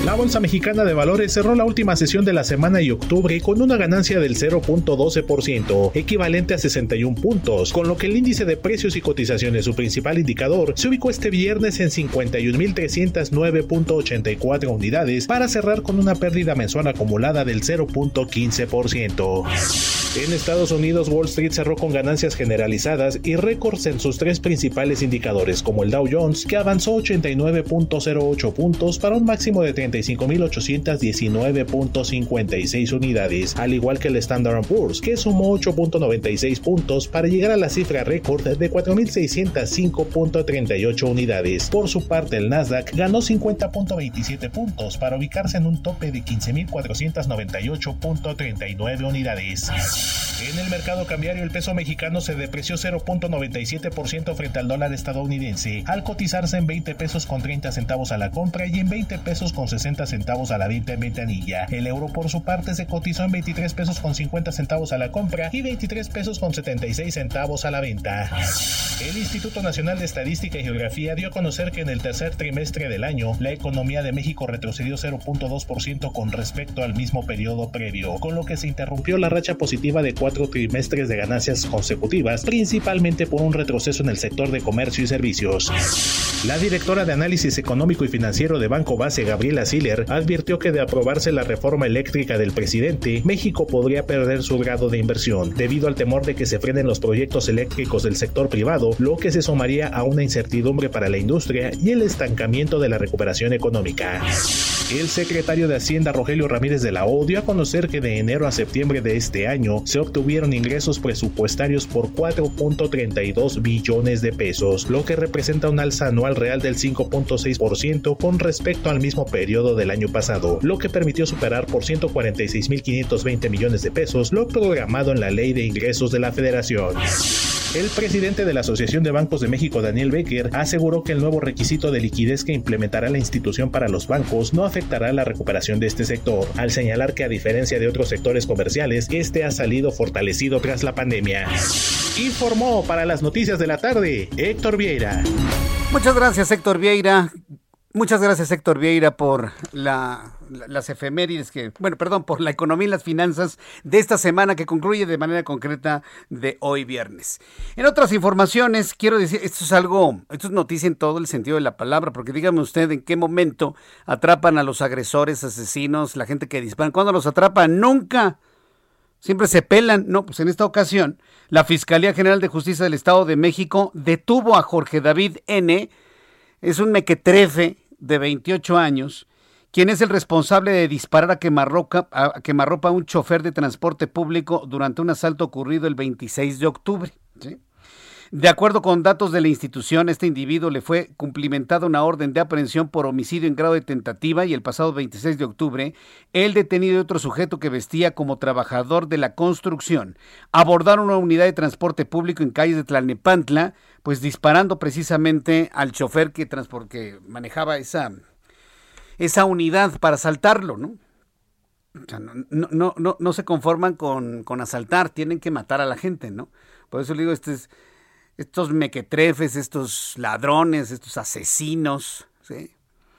La Bolsa Mexicana de Valores cerró la última sesión de la semana y octubre con una ganancia del cero punto doce por ciento, equivalente a sesenta y un puntos, con lo que el índice de precios y cotizaciones, su principal indicador, se ubicó este viernes en cincuenta y un mil trescientos nueve punto ochenta y cuatro unidades para cerrar con una pérdida mensual acumulada del cero punto quince por ciento. En Estados Unidos, Wall Street cerró con ganancias generalizadas y récords en sus tres principales indicadores, como el Dow Jones, que avanzó ochenta y nueve punto cero ocho puntos para un máximo de treinta y cinco mil ochocientos diecinueve punto cincuenta y seis unidades, al igual que el Standard and Poor's, que sumó ocho punto noventa y seis puntos para llegar a la cifra récord de cuatro mil seiscientos cinco punto treinta y ocho unidades. Por su parte, el Nasdaq ganó cincuenta punto veintisiete puntos para ubicarse en un tope de quince mil cuatrocientos noventa y ocho punto treinta y nueve unidades. En el mercado cambiario, el peso mexicano se depreció cero punto noventa y siete por ciento frente al dólar estadounidense, al cotizarse en veinte pesos con treinta centavos a la compra y en veinte pesos con sesenta centavos a la venta en ventanilla. El euro, por su parte, se cotizó en veintitrés pesos con cincuenta centavos a la compra y veintitrés pesos con setenta y seis centavos a la venta. El Instituto Nacional de Estadística y Geografía dio a conocer que en el tercer trimestre del año, la economía de México retrocedió cero punto dos por ciento con respecto al mismo periodo previo, con lo que se interrumpió la racha positiva de cuatro trimestres de ganancias consecutivas, principalmente por un retroceso en el sector de comercio y servicios. La directora de Análisis Económico y Financiero de Banco Base, Gabriela Siller, advirtió que de aprobarse la reforma eléctrica del presidente, México podría perder su grado de inversión, debido al temor de que se frenen los proyectos eléctricos del sector privado, lo que se sumaría a una incertidumbre para la industria y el estancamiento de la recuperación económica. El secretario de Hacienda, Rogelio Ramírez de la O, dio a conocer que de enero a septiembre de este año se obtuvieron ingresos presupuestarios por cuatro punto treinta y dos billones de pesos, lo que representa un alza anual real del cinco punto seis por ciento con respecto al mismo periodo del año pasado, lo que permitió superar por ciento cuarenta y seis mil quinientos veinte millones de pesos lo programado en la Ley de Ingresos de la Federación. El presidente de la Asociación de Bancos de México, Daniel Becker, aseguró que el nuevo requisito de liquidez que implementará la institución para los bancos no afectará la recuperación de este sector, al señalar que a diferencia de otros sectores comerciales, este ha salido fortalecido tras la pandemia. Informó para las noticias de la tarde, Héctor Vieira. Muchas gracias, Héctor Vieira. Muchas gracias, Héctor Vieira, por la, la, las efemérides que, bueno, perdón, por la economía y las finanzas de esta semana que concluye de manera concreta de hoy viernes. En otras informaciones, quiero decir, esto es algo, esto es noticia en todo el sentido de la palabra, porque dígame usted en qué momento atrapan a los agresores, asesinos, la gente que disparan. ¿Cuándo los atrapan? Nunca. Siempre se pelan. No, pues en esta ocasión, la Fiscalía General de Justicia del Estado de México detuvo a Jorge David N., es un mequetrefe de veintiocho años, quien es el responsable de disparar a quemarropa, a quemarropa a un chofer de transporte público durante un asalto ocurrido el veintiséis de octubre. ¿Sí? De acuerdo con datos de la institución, este individuo le fue cumplimentada una orden de aprehensión por homicidio en grado de tentativa y el pasado veintiséis de octubre, el detenido y otro sujeto que vestía como trabajador de la construcción abordaron una unidad de transporte público en calles de Tlalnepantla, pues disparando precisamente al chofer que, transport, que manejaba esa, esa unidad para asaltarlo, ¿no? O sea, no, no, no, no se conforman con, con asaltar, tienen que matar a la gente, ¿no? Por eso le digo, este es... estos mequetrefes, estos ladrones, estos asesinos, ¿sí?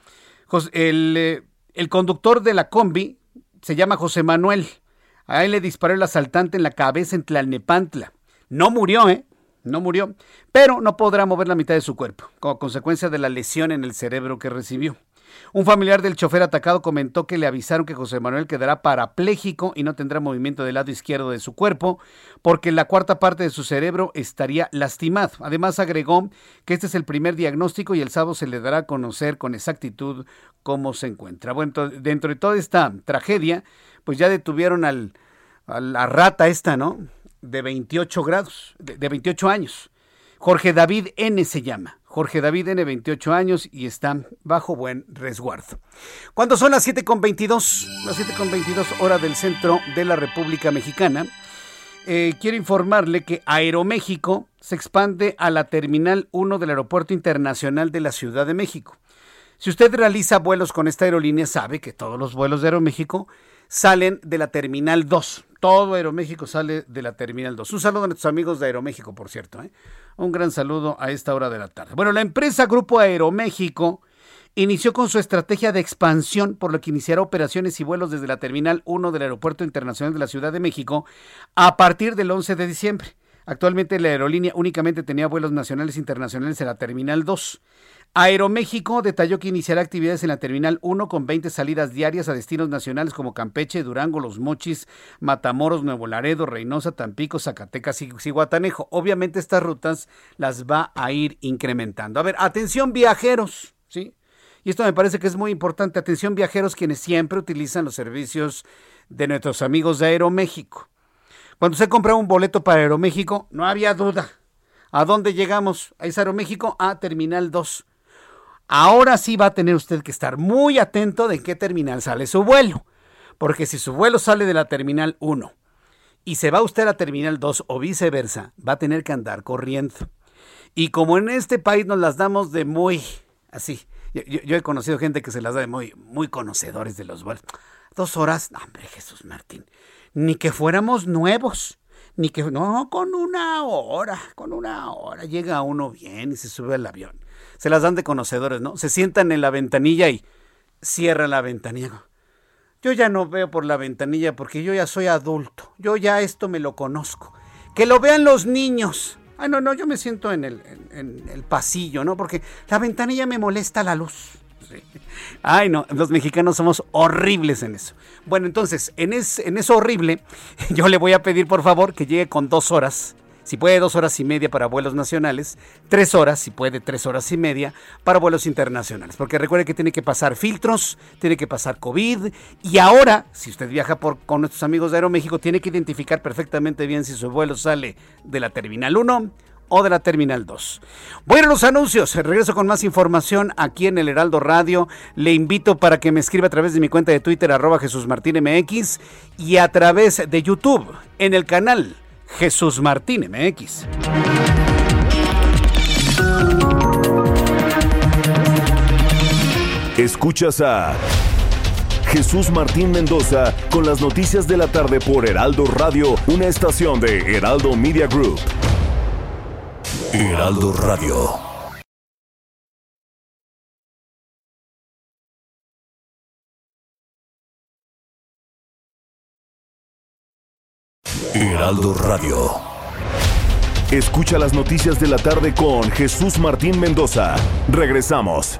El, el conductor de la combi se llama José Manuel. A él le disparó el asaltante en la cabeza en Tlalnepantla. No murió, ¿eh? No murió, pero no podrá mover la mitad de su cuerpo, como consecuencia de la lesión en el cerebro que recibió. Un familiar del chofer atacado comentó que le avisaron que José Manuel quedará parapléjico y no tendrá movimiento del lado izquierdo de su cuerpo, porque la cuarta parte de su cerebro estaría lastimado. Además agregó que este es el primer diagnóstico y el sábado se le dará a conocer con exactitud cómo se encuentra. Bueno, dentro de toda esta tragedia, pues ya detuvieron al, a la rata esta, ¿no? De veintiocho grados, de, de veintiocho años. Jorge David N. se llama. Jorge David N., veintiocho años, y está bajo buen resguardo. Cuando son las siete con veintidós, las siete con veintidós hora del centro de la República Mexicana, eh, quiero informarle que Aeroméxico se expande a la Terminal uno del Aeropuerto Internacional de la Ciudad de México. Si usted realiza vuelos con esta aerolínea, sabe que todos los vuelos de Aeroméxico salen de la Terminal dos. Todo Aeroméxico sale de la Terminal dos. Un saludo a nuestros amigos de Aeroméxico, por cierto, ¿eh? Un gran saludo a esta hora de la tarde. Bueno, la empresa Grupo Aeroméxico inició con su estrategia de expansión, por lo que iniciará operaciones y vuelos desde la Terminal uno del Aeropuerto Internacional de la Ciudad de México a partir del once de diciembre. Actualmente la aerolínea únicamente tenía vuelos nacionales e internacionales en la Terminal dos. Aeroméxico detalló que iniciará actividades en la Terminal uno con veinte salidas diarias a destinos nacionales como Campeche, Durango, Los Mochis, Matamoros, Nuevo Laredo, Reynosa, Tampico, Zacatecas y Zihuatanejo. Obviamente estas rutas las va a ir incrementando. A ver, atención viajeros, ¿sí? Y esto me parece que es muy importante. Atención viajeros quienes siempre utilizan los servicios de nuestros amigos de Aeroméxico. Cuando usted compra un boleto para Aeroméxico, no había duda. ¿A dónde llegamos? ¿A Aeroméxico? A Terminal dos. Ahora sí va a tener usted que estar muy atento de en qué terminal sale su vuelo. Porque si su vuelo sale de la Terminal uno y se va usted a la Terminal dos o viceversa, va a tener que andar corriendo. Y como en este país nos las damos de muy así, yo, yo, yo he conocido gente que se las da de muy, muy conocedores de los vuelos. Dos horas, no, hombre, Jesús Martín, ni que fuéramos nuevos. Ni que, no, con una hora, con una hora llega uno bien y se sube al avión. Se las dan de conocedores, ¿no? Se sientan en la ventanilla y cierran la ventanilla. Yo ya no veo por la ventanilla porque yo ya soy adulto. Yo ya esto me lo conozco. Que lo vean los niños. Ay, no, no, yo me siento en el, en, en el pasillo, ¿no? Porque la ventanilla me molesta la luz. Sí. Ay, no, los mexicanos somos horribles en eso. Bueno, entonces, en, es, en eso horrible, yo le voy a pedir, por favor, que llegue con dos horas. Si puede, dos horas y media para vuelos nacionales, tres horas, si puede, tres horas y media para vuelos internacionales. Porque recuerde que tiene que pasar filtros, tiene que pasar COVID. Y ahora, si usted viaja por, con nuestros amigos de Aeroméxico, tiene que identificar perfectamente bien si su vuelo sale de la Terminal uno o de la Terminal dos. Voy a ir a los anuncios, regreso con más información aquí en el Heraldo Radio. Le invito para que me escriba a través de mi cuenta de Twitter, arroba Jesús Martín M X, y a través de YouTube, en el canal Jesús Martín M X. Escuchas a Jesús Martín Mendoza con las noticias de la tarde por Heraldo Radio, una estación de Heraldo Media Group. Heraldo Radio. Heraldo Radio. Escucha las noticias de la tarde con Jesús Martín Mendoza. Regresamos.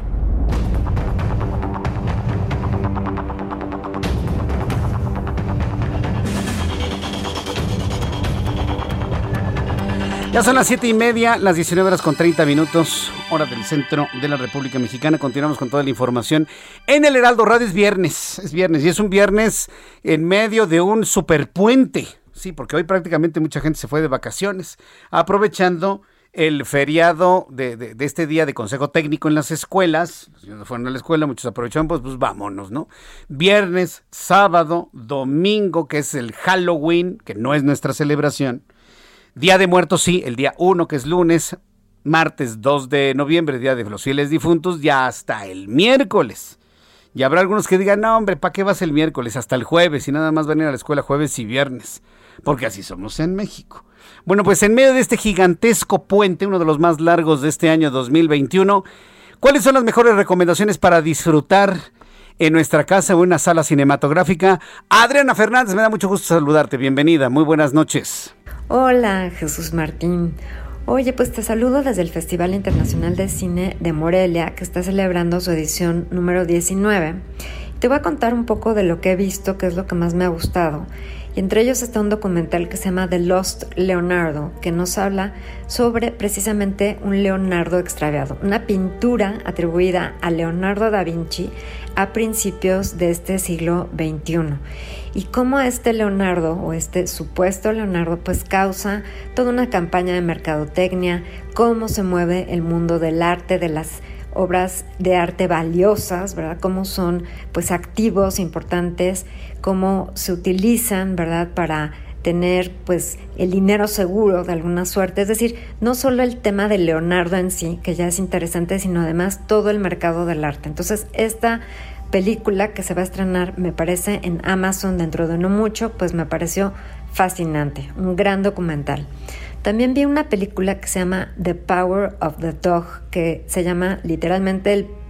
Ya son las siete y media, las diecinueve horas con treinta minutos, hora del centro de la República Mexicana. Continuamos con toda la información en el Heraldo Radio. Es viernes, es viernes y es un viernes en medio de un superpuente. Sí, porque hoy prácticamente mucha gente se fue de vacaciones, aprovechando el feriado de, de, de este día de consejo técnico en las escuelas. Los niños fueron a la escuela, muchos aprovecharon, pues, pues vámonos, ¿no? Viernes, sábado, domingo, que es el Halloween, que no es nuestra celebración. Día de Muertos, sí, el día uno, que es lunes, martes dos de noviembre, Día de los Fieles Difuntos, ya hasta el miércoles. Y habrá algunos que digan, no, hombre, ¿para qué vas el miércoles? Hasta el jueves, y nada más van a ir a la escuela jueves y viernes, porque así somos en México. Bueno, pues en medio de este gigantesco puente, uno de los más largos de este año dos mil veintiuno, ¿cuáles son las mejores recomendaciones para disfrutar en nuestra casa o en una sala cinematográfica? Adriana Fernández, me da mucho gusto saludarte, bienvenida, muy buenas noches. Hola, Jesús Martín. Oye, pues te saludo desde el Festival Internacional de Cine de Morelia, que está celebrando su edición número diecinueve. Te voy a contar un poco de lo que he visto, qué es lo que más me ha gustado. Y entre ellos está un documental que se llama The Lost Leonardo, que nos habla sobre precisamente un Leonardo extraviado, una pintura atribuida a Leonardo da Vinci a principios de este siglo veintiuno. Y cómo este Leonardo, o este supuesto Leonardo, pues causa toda una campaña de mercadotecnia, cómo se mueve el mundo del arte, de las obras de arte valiosas, ¿verdad? Cómo son, pues, activos importantes, cómo se utilizan, ¿verdad? Para tener, pues, el dinero seguro de alguna suerte. Es decir, no solo el tema de Leonardo en sí, que ya es interesante, sino además todo el mercado del arte. Entonces, esta película que se va a estrenar, me parece, en Amazon dentro de no mucho, pues me pareció fascinante, un gran documental. También vi una película que se llama The Power of the Dog, que se llama literalmente El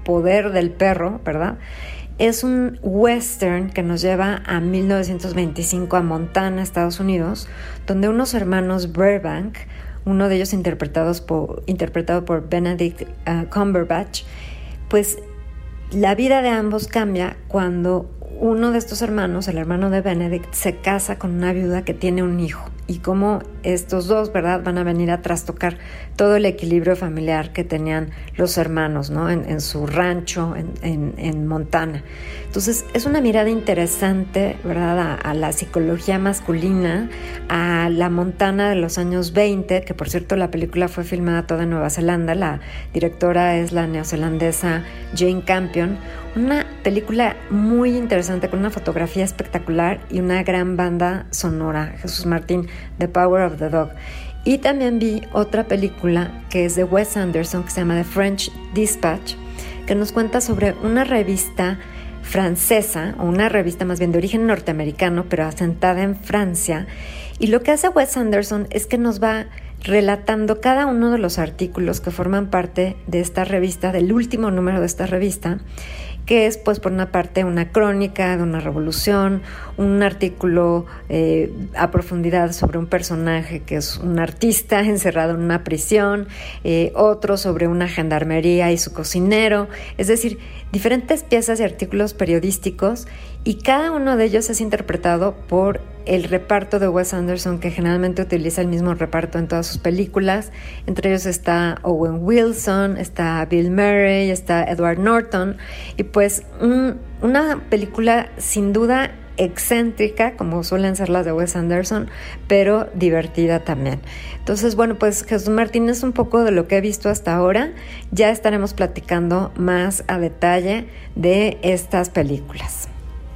Poder del Perro, ¿verdad? Es un western que nos lleva a mil novecientos veinticinco a Montana, Estados Unidos, donde unos hermanos Burbank, uno de ellos interpretados por, interpretado por Benedict uh, Cumberbatch, pues la vida de ambos cambia cuando uno de estos hermanos, el hermano de Benedict, se casa con una viuda que tiene un hijo, y cómo estos dos, ¿verdad?, van a venir a trastocar todo el equilibrio familiar que tenían los hermanos, ¿no?, en, en su rancho en, en, en Montana. Entonces es una mirada interesante, ¿verdad?, a, a la psicología masculina, a la Montana de los años veinte, que por cierto la película fue filmada toda en Nueva Zelanda, la directora es la neozelandesa Jane Campion. Una película muy interesante con una fotografía espectacular y una gran banda sonora. Jesús Martín, The Power of the Dog. Y también vi otra película que es de Wes Anderson, que se llama The French Dispatch, que nos cuenta sobre una revista francesa, o una revista más bien de origen norteamericano, pero asentada en Francia. Y lo que hace Wes Anderson es que nos va relatando cada uno de los artículos que forman parte de esta revista, del último número de esta revista, que es, pues, por una parte una crónica de una revolución, un artículo eh, a profundidad sobre un personaje que es un artista encerrado en una prisión, eh, otro sobre una gendarmería y su cocinero, es decir, diferentes piezas y artículos periodísticos, y cada uno de ellos es interpretado por el reparto de Wes Anderson, que generalmente utiliza el mismo reparto en todas sus películas. Entre ellos está Owen Wilson, está Bill Murray, está Edward Norton, y pues un, una película sin duda excéntrica, como suelen ser las de Wes Anderson, pero divertida también. Entonces, bueno, pues Jesús Martín, es un poco de lo que he visto hasta ahora. Ya estaremos platicando más a detalle de estas películas.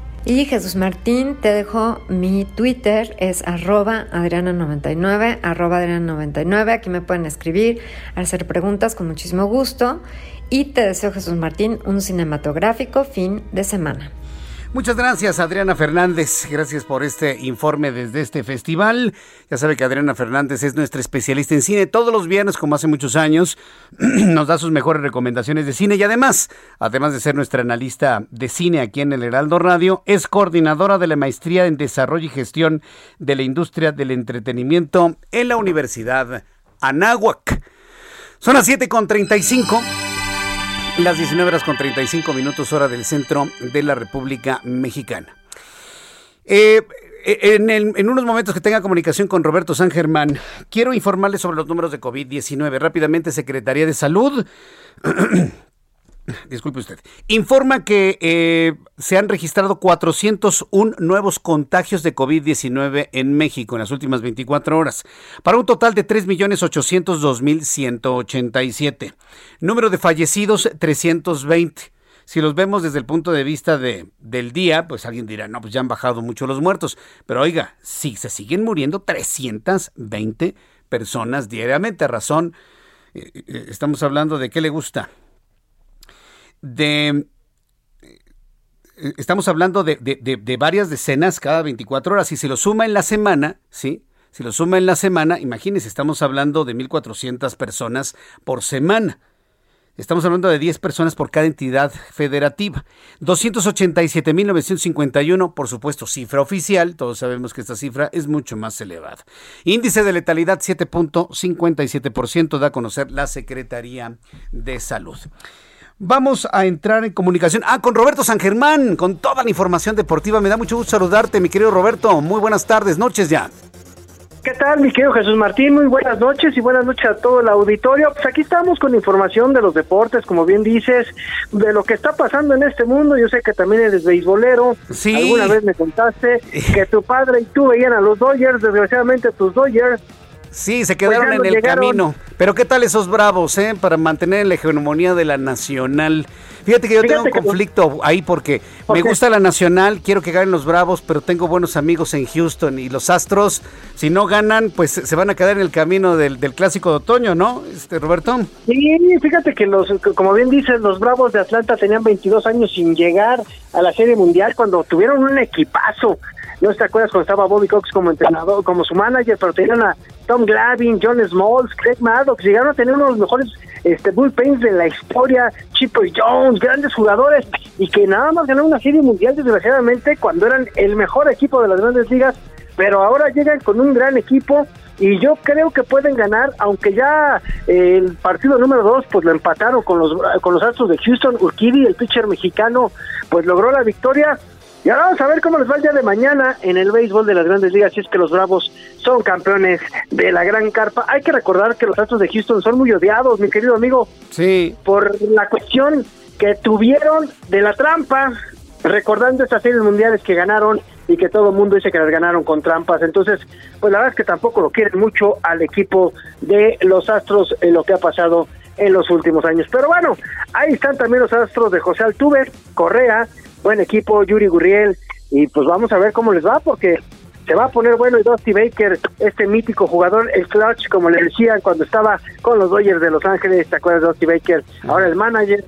Y Jesús Martín, te dejo mi Twitter, es arroba Adriana noventa y nueve, arroba Adriana noventa y nueve. Aquí me pueden escribir, hacer preguntas con muchísimo gusto. Y te deseo, Jesús Martín, un cinematográfico fin de semana. Muchas gracias, Adriana Fernández. Gracias por este informe desde este festival. Ya sabe que Adriana Fernández es nuestra especialista en cine. Todos los viernes, como hace muchos años, nos da sus mejores recomendaciones de cine y además, además de ser nuestra analista de cine aquí en el Heraldo Radio, es coordinadora de la maestría en Desarrollo y Gestión de la Industria del Entretenimiento en la Universidad Anáhuac. Son las siete con treinta y cinco. Las diecinueve horas con treinta y cinco minutos, hora del centro de la República Mexicana. Eh, en, el, en unos momentos que tenga comunicación con Roberto San Germán, quiero informarles sobre los números de COVID diecinueve. Rápidamente, Secretaría de Salud, disculpe usted, informa que eh, se han registrado cuatrocientos uno nuevos contagios de COVID diecinueve en México en las últimas veinticuatro horas, para un total de tres millones ochocientos dos mil ciento ochenta y siete. Número de fallecidos, trescientos veinte. Si los vemos desde el punto de vista de, del día, pues alguien dirá, no, pues ya han bajado mucho los muertos. Pero oiga, sí, se siguen muriendo trescientas veinte personas diariamente. A razón, eh, eh, estamos hablando de qué le gusta. De, estamos hablando de, de, de, de varias decenas cada veinticuatro horas, y si lo suma en la semana, ¿sí? Si lo suma en la semana, imagínense, estamos hablando de mil cuatrocientas personas por semana. Estamos hablando de diez personas por cada entidad federativa. doscientos ochenta y siete mil novecientos cincuenta y uno, por supuesto, cifra oficial. Todos sabemos que esta cifra es mucho más elevada. Índice de letalidad siete punto cincuenta y siete por ciento, da a conocer la Secretaría de Salud. Vamos a entrar en comunicación. Ah, con Roberto San Germán, con toda la información deportiva. Me da mucho gusto saludarte, mi querido Roberto. Muy buenas tardes, noches ya. ¿Qué tal, mi querido Jesús Martín? Muy buenas noches y buenas noches a todo el auditorio. Pues aquí estamos con información de los deportes, como bien dices, de lo que está pasando en este mundo. Yo sé que también eres beisbolero. Sí. Alguna vez me contaste que tu padre y tú veían a los Dodgers. Desgraciadamente, tus Dodgers... Sí, se quedaron pues en el llegaron. camino. Pero ¿qué tal esos Bravos, eh? Para mantener la hegemonía de la Nacional. Fíjate que yo Fíjate tengo un conflicto que... ahí porque ¿Por me gusta la Nacional, quiero que ganen los Bravos, pero tengo buenos amigos en Houston y los Astros, si no ganan, pues se van a quedar en el camino del, del Clásico de Otoño, ¿no, este Roberto? Sí, fíjate que los, como bien dices, los Bravos de Atlanta tenían veintidós años sin llegar a la Serie Mundial cuando tuvieron un equipazo. No te acuerdas cuando estaba Bobby Cox como entrenador, como su manager, pero tenían a Tom Glavine, John Smalls, Craig Maddox, llegaron a tener uno de los mejores este, bullpens de la historia, Chipper Jones, grandes jugadores, y que nada más ganaron una serie mundial desgraciadamente cuando eran el mejor equipo de las grandes ligas, pero ahora llegan con un gran equipo y yo creo que pueden ganar, aunque ya eh, el partido número dos pues lo empataron con los con los Astros de Houston. Urquidy, el pitcher mexicano, pues logró la victoria. Y ahora vamos a ver cómo les va el día de mañana en el béisbol de las grandes ligas, si es que los Bravos son campeones de la gran carpa. Hay que recordar que los Astros de Houston son muy odiados, mi querido amigo, sí, por la cuestión que tuvieron de la trampa, recordando estas series mundiales que ganaron y que todo el mundo dice que las ganaron con trampas. Entonces, pues la verdad es que tampoco lo quieren mucho al equipo de los Astros en lo que ha pasado en los últimos años. Pero bueno, ahí están también los Astros de José Altuve, Correa, buen equipo, Yuri Gurriel, y pues vamos a ver cómo les va, porque se va a poner bueno. Y Dusty Baker, este mítico jugador, el clutch, como le decían cuando estaba con los Dodgers de Los Ángeles, ¿te acuerdas de Dusty Baker? Ahora el manager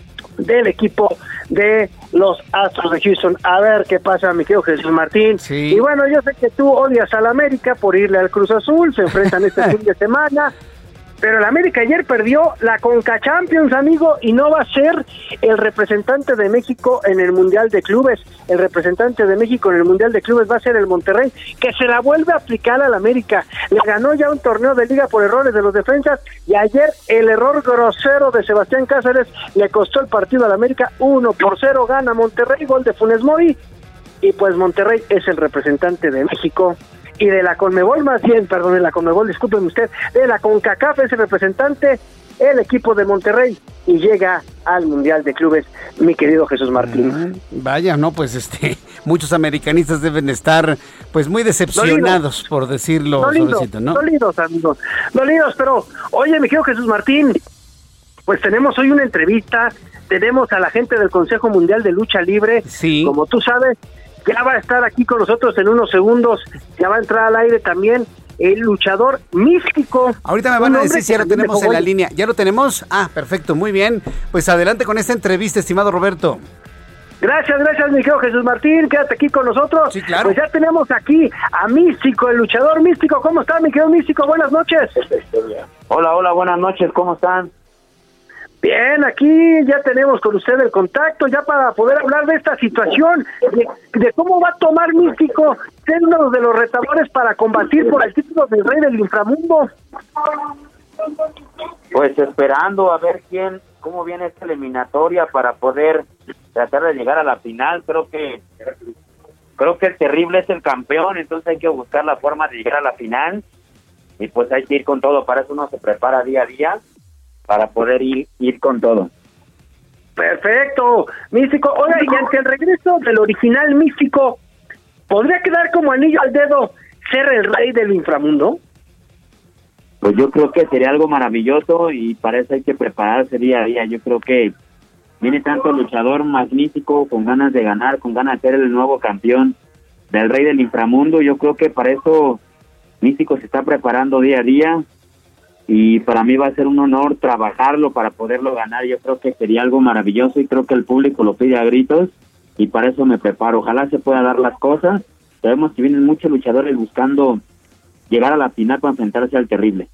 del equipo de los Astros de Houston. A ver qué pasa, mi querido Jesús Martín. Sí. Y bueno, yo sé que tú odias al América por irle al Cruz Azul, se enfrentan este fin de semana, pero el América ayer perdió la Conca Champions, amigo, y no va a ser el representante de México en el Mundial de Clubes. El representante de México en el Mundial de Clubes va a ser el Monterrey, que se la vuelve a aplicar al América. Le ganó ya un torneo de liga por errores de los defensas, y ayer el error grosero de Sebastián Cáceres le costó el partido al América. Uno por cero gana Monterrey, gol de Funes Mori, y pues Monterrey es el representante de México y de la Conmebol, más bien, perdón, de la Conmebol, discúlpeme usted, de la CONCACAF es el representante, el equipo de Monterrey, y llega al Mundial de Clubes, mi querido Jesús Martín. Vaya, no, pues este, muchos americanistas deben estar, pues muy decepcionados, dolidos, por decirlo dolidos, suavecito, ¿no? Dolidos, amigos, dolidos, pero, oye, mi querido Jesús Martín, pues tenemos hoy una entrevista, tenemos a la gente del Consejo Mundial de Lucha Libre, sí, como tú sabes, ya va a estar aquí con nosotros en unos segundos, ya va a entrar al aire también el luchador Místico. Ahorita me van a decir si ya lo tenemos en la línea. ¿Ya lo tenemos? Ah, perfecto, muy bien. Pues adelante con esta entrevista, estimado Roberto. Gracias, gracias, mi querido Jesús Martín, quédate aquí con nosotros. Sí, claro. Pues ya tenemos aquí a Místico, el luchador Místico. ¿Cómo está, mi querido Místico? Buenas noches. Hola, hola, buenas noches, ¿cómo están? Bien, aquí ya tenemos con usted el contacto, ya para poder hablar de esta situación, de, de cómo va a tomar Místico ser uno de los retadores para combatir por el título del Rey del Inframundo. Pues esperando a ver quién, cómo viene esta eliminatoria para poder tratar de llegar a la final. Creo que creo que el terrible es el campeón, entonces hay que buscar la forma de llegar a la final, y pues hay que ir con todo. Para eso uno se prepara día a día, para poder ir ir con todo. Perfecto, Místico. Oiga, y ante el regreso del original Místico, ¿podría quedar como anillo al dedo ser el Rey del Inframundo? Pues yo creo que sería algo maravilloso, y para eso hay que prepararse día a día. Yo creo que viene tanto luchador magnífico, con ganas de ganar, con ganas de ser el nuevo campeón del Rey del Inframundo. Yo creo que para eso Místico se está preparando día a día, y para mí va a ser un honor trabajarlo para poderlo ganar. Yo creo que sería algo maravilloso, y creo que el público lo pide a gritos, y para eso me preparo. Ojalá se pueda dar las cosas. Sabemos que vienen muchos luchadores buscando llegar a la final para enfrentarse al terrible.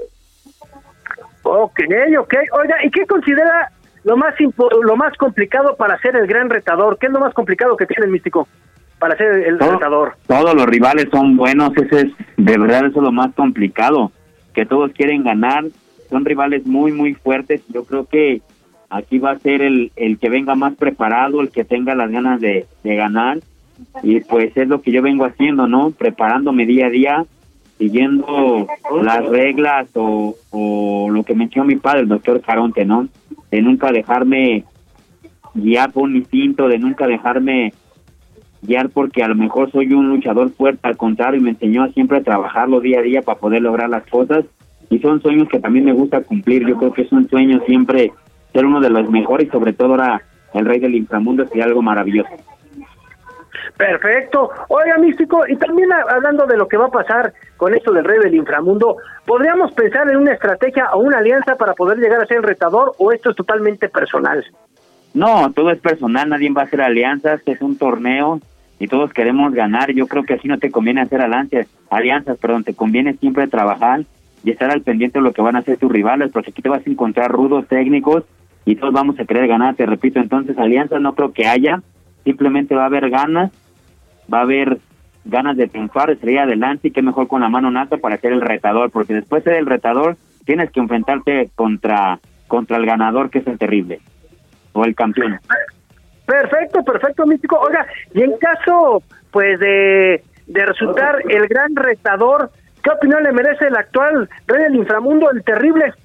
Ok, ok. Oiga, ¿y qué considera lo más impo lo más complicado para ser el gran retador? ¿Qué es lo más complicado que tiene el Místico para ser el Todo, retador? Todos los rivales son buenos, ese es, de verdad, eso es lo más complicado, que todos quieren ganar, son rivales muy, muy fuertes. Yo creo que aquí va a ser el, el que venga más preparado, el que tenga las ganas de, de ganar, y pues es lo que yo vengo haciendo, ¿no? Preparándome día a día, siguiendo las reglas o, o lo que me enseñó mi padre, el doctor Caronte, ¿no? De nunca dejarme guiar por un instinto, de nunca dejarme guiar porque a lo mejor soy un luchador fuerte. Al contrario, me enseñó a siempre a trabajarlo día a día para poder lograr las cosas, y son sueños que también me gusta cumplir. Yo creo que es un sueño siempre ser uno de los mejores, y sobre todo ahora el Rey del Inframundo sería algo maravilloso. Perfecto. Oiga, Místico, y también hablando de lo que va a pasar con esto del Rey del Inframundo, ¿podríamos pensar en una estrategia o una alianza para poder llegar a ser el retador, o esto es totalmente personal? No, todo es personal, nadie va a hacer alianzas, es un torneo y todos queremos ganar. Yo creo que así no te conviene hacer alianzas, alianzas, perdón, te conviene siempre trabajar y estar al pendiente de lo que van a hacer tus rivales, porque aquí te vas a encontrar rudos técnicos y todos vamos a querer ganar, te repito. Entonces alianzas no creo que haya, simplemente va a haber ganas, va a haber ganas de triunfar, de salir adelante, y qué mejor con la mano en alto para ser el retador, porque después de ser el retador tienes que enfrentarte contra contra el ganador, que es el terrible, o el campeón. Perfecto, perfecto, Místico. Oiga, y en caso, pues, de, de resultar el gran retador, ¿qué opinión le merece el actual rey del inframundo, el terrible?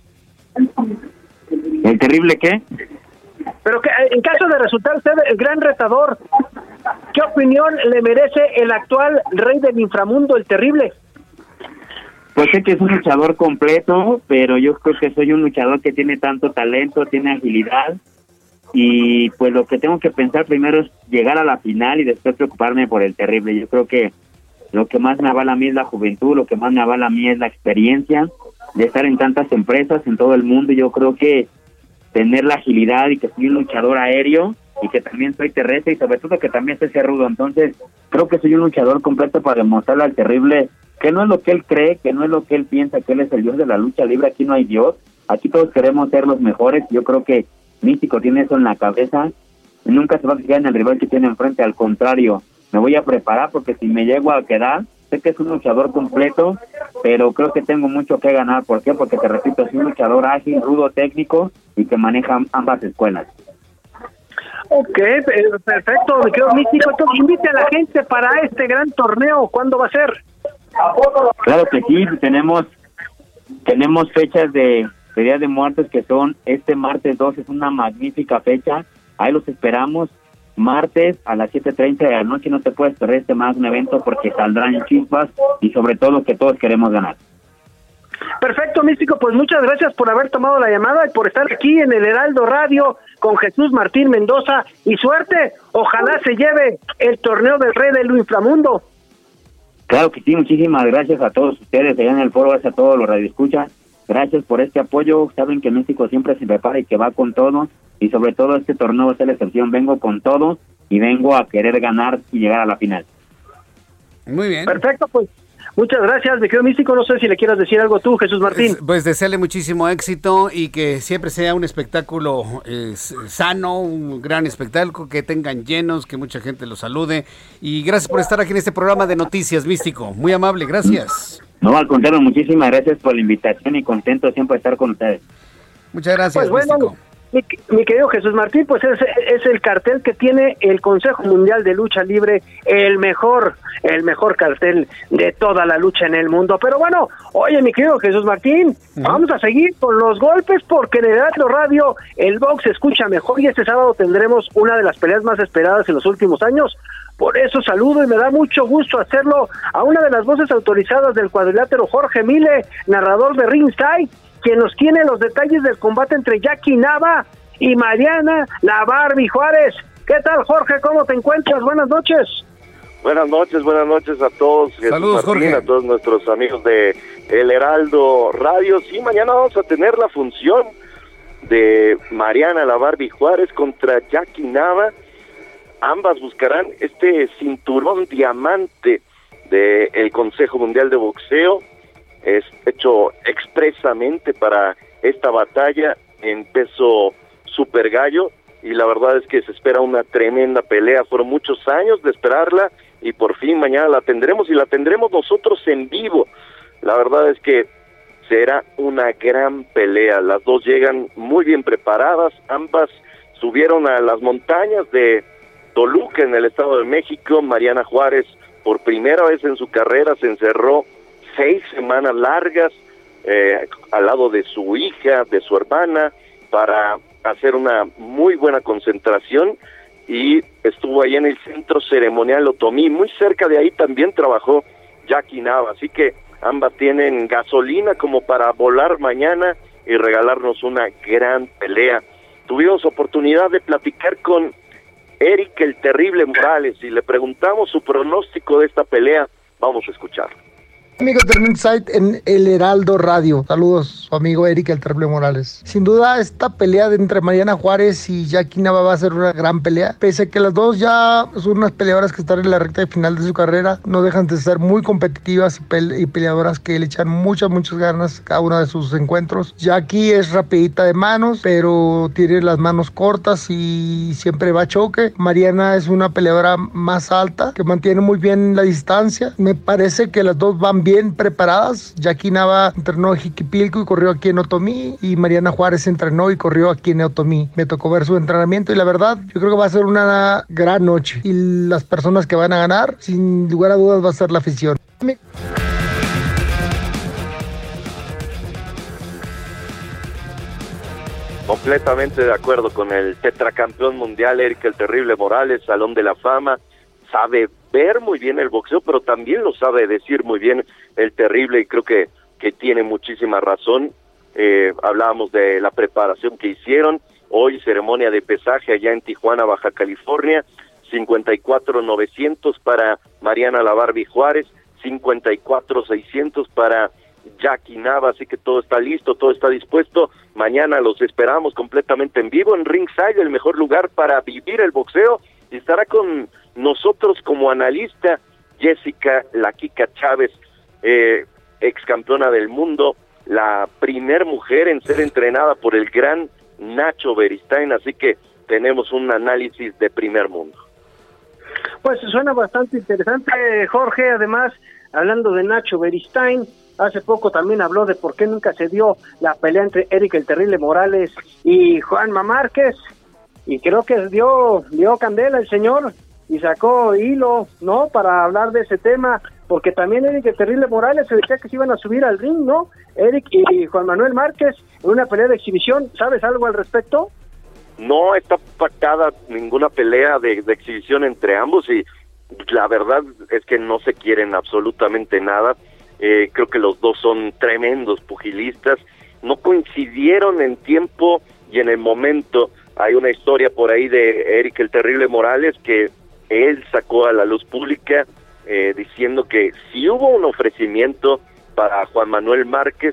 ¿El terrible qué? Pero que en caso de resultar usted el gran retador, ¿qué opinión le merece el actual rey del inframundo, el terrible? Pues sé que es un luchador completo, pero yo creo que soy un luchador que tiene tanto talento, tiene agilidad, y pues lo que tengo que pensar primero es llegar a la final y después preocuparme por el terrible. Yo creo que lo que más me avala a mí es la juventud, lo que más me avala a mí es la experiencia de estar en tantas empresas en todo el mundo. Yo creo que tener la agilidad, y que soy un luchador aéreo, y que también soy terrestre, y sobre todo que también soy rudo. Entonces creo que soy un luchador completo para demostrarle al terrible que no es lo que él cree, que no es lo que él piensa, que él es el dios de la lucha libre. Aquí no hay dios, aquí todos queremos ser los mejores. Yo creo que Místico tiene eso en la cabeza, y nunca se va a fijar en el rival que tiene enfrente. Al contrario, me voy a preparar, porque si me llego a quedar, sé que es un luchador completo, pero creo que tengo mucho que ganar. ¿Por qué? Porque te repito, soy un luchador ágil, rudo, técnico, y que maneja ambas escuelas. Ok, perfecto, me quedo Místico. Entonces, invite a la gente para este gran torneo. ¿Cuándo va a ser? Claro que sí, tenemos tenemos fechas de, de Día de Muertos, que son este martes dos, es una magnífica fecha. Ahí los esperamos, martes a las siete treinta de la noche. No te puedes perder este magno evento, porque saldrán chispas y sobre todo que todos queremos ganar. Perfecto, Místico, pues muchas gracias por haber tomado la llamada y por estar aquí en el Heraldo Radio con Jesús Martín Mendoza, y suerte, ojalá se lleve el torneo del rey del inframundo. Claro que sí, muchísimas gracias a todos ustedes allá en el foro, gracias a todos los radioescuchas, gracias por este apoyo. Saben que México siempre se prepara y que va con todo, y sobre todo este torneo es la excepción. Vengo con todo y vengo a querer ganar y llegar a la final. Muy bien. Perfecto, pues muchas gracias, me quedo Místico. No sé si le quieras decir algo tú, Jesús Martín. Pues, pues desearle muchísimo éxito, y que siempre sea un espectáculo eh, sano, un gran espectáculo, que tengan llenos, que mucha gente los salude. Y gracias por estar aquí en este programa de noticias, Místico. Muy amable, gracias. No, al contrario, muchísimas gracias por la invitación, y contento siempre de estar con ustedes. Muchas gracias, pues bueno, Místico. Mi, mi querido Jesús Martín, pues es, es el cartel que tiene el Consejo Mundial de Lucha Libre, el mejor, el mejor cartel de toda la lucha en el mundo. Pero bueno, oye, mi querido Jesús Martín, uh-huh. vamos a seguir con los golpes, porque en el Heraldo Radio el box se escucha mejor, y este sábado tendremos una de las peleas más esperadas en los últimos años. Por eso saludo, y me da mucho gusto hacerlo, a una de las voces autorizadas del cuadrilátero, Jorge Mile, narrador de Ringside, quien nos tiene los detalles del combate entre Jackie Nava y Mariana La Barbie Juárez. ¿Qué tal, Jorge? ¿Cómo te encuentras? Buenas noches. Buenas noches, buenas noches a todos. Saludos, Jesús Martín, Jorge. a todos nuestros amigos de El Heraldo Radio. Sí, mañana vamos a tener la función de Mariana La Barbie Juárez contra Jackie Nava. Ambas buscarán este cinturón diamante del Consejo Mundial de Boxeo. Es hecho expresamente para esta batalla en peso super gallo, y la verdad es que se espera una tremenda pelea. Fueron muchos años de esperarla, y por fin mañana la tendremos, y la tendremos nosotros en vivo. La verdad es que será una gran pelea. Las dos llegan muy bien preparadas, ambas subieron a las montañas de Toluca en el Estado de México. Mariana Juárez, por primera vez en su carrera, se encerró seis semanas largas eh, al lado de su hija, de su hermana, para hacer una muy buena concentración, y estuvo ahí en el Centro Ceremonial Otomí. Muy cerca de ahí también trabajó Jackie Nava, así que ambas tienen gasolina como para volar mañana y regalarnos una gran pelea. Tuvimos oportunidad de platicar con Eric el Terrible Morales y le preguntamos su pronóstico de esta pelea. Vamos a escucharlo. Amigos del Ringside en el Heraldo Radio. Saludos, su amigo Eric el Terrible Morales. Sin duda, esta pelea de entre Mariana Juárez y Jackie Nava va a ser una gran pelea. Pese a que las dos ya son unas peleadoras que están en la recta final de su carrera, no dejan de ser muy competitivas y, pele- y peleadoras que le echan muchas, muchas ganas a cada uno de sus encuentros. Jackie es rapidita de manos, pero tiene las manos cortas y siempre va a choque. Mariana es una peleadora más alta, que mantiene muy bien la distancia. Me parece que las dos van bien bien preparadas. Jackie Nava entrenó en Jiquipilco y corrió aquí en Otomí, y Mariana Juárez entrenó y corrió aquí en Otomí. Me tocó ver su entrenamiento y la verdad, yo creo que va a ser una gran noche, y las personas que van a ganar, sin lugar a dudas, va a ser la afición. Me... Completamente de acuerdo con el tetracampeón mundial Eric el Terrible Morales, Salón de la Fama. Sabe ver muy bien el boxeo, pero también lo sabe decir muy bien el Terrible, y creo que, que tiene muchísima razón. Eh, hablábamos de la preparación que hicieron. Hoy ceremonia de pesaje allá en Tijuana, Baja California, cincuenta y cuatro novecientos para Mariana La Barbie Juárez, cincuenta y cuatro seiscientos para Jackie Nava, así que todo está listo, todo está dispuesto. Mañana los esperamos completamente en vivo en Ringside, el mejor lugar para vivir el boxeo, y estará con nosotros como analista Jessica La Kika Chávez, eh, ex campeona del mundo, la primer mujer en ser entrenada por el gran Nacho Beristain, así que tenemos un análisis de primer mundo. Pues suena bastante interesante, Jorge. Además, hablando de Nacho Beristain, hace poco también habló de por qué nunca se dio la pelea entre Eric el Terrible Morales y Juanma Márquez, y creo que dio, dio candela el señor y sacó hilo, ¿no?, para hablar de ese tema, porque también Eric el Terrible Morales se decía que se iban a subir al ring, ¿no? Eric y Juan Manuel Márquez en una pelea de exhibición. ¿Sabes algo al respecto? No está pactada ninguna pelea de, de exhibición entre ambos, y la verdad es que no se quieren absolutamente nada. Eh, creo que los dos son tremendos pugilistas, no coincidieron en tiempo y en el momento. Hay una historia por ahí de Eric el Terrible Morales que él sacó a la luz pública, eh, diciendo que sí hubo un ofrecimiento para Juan Manuel Márquez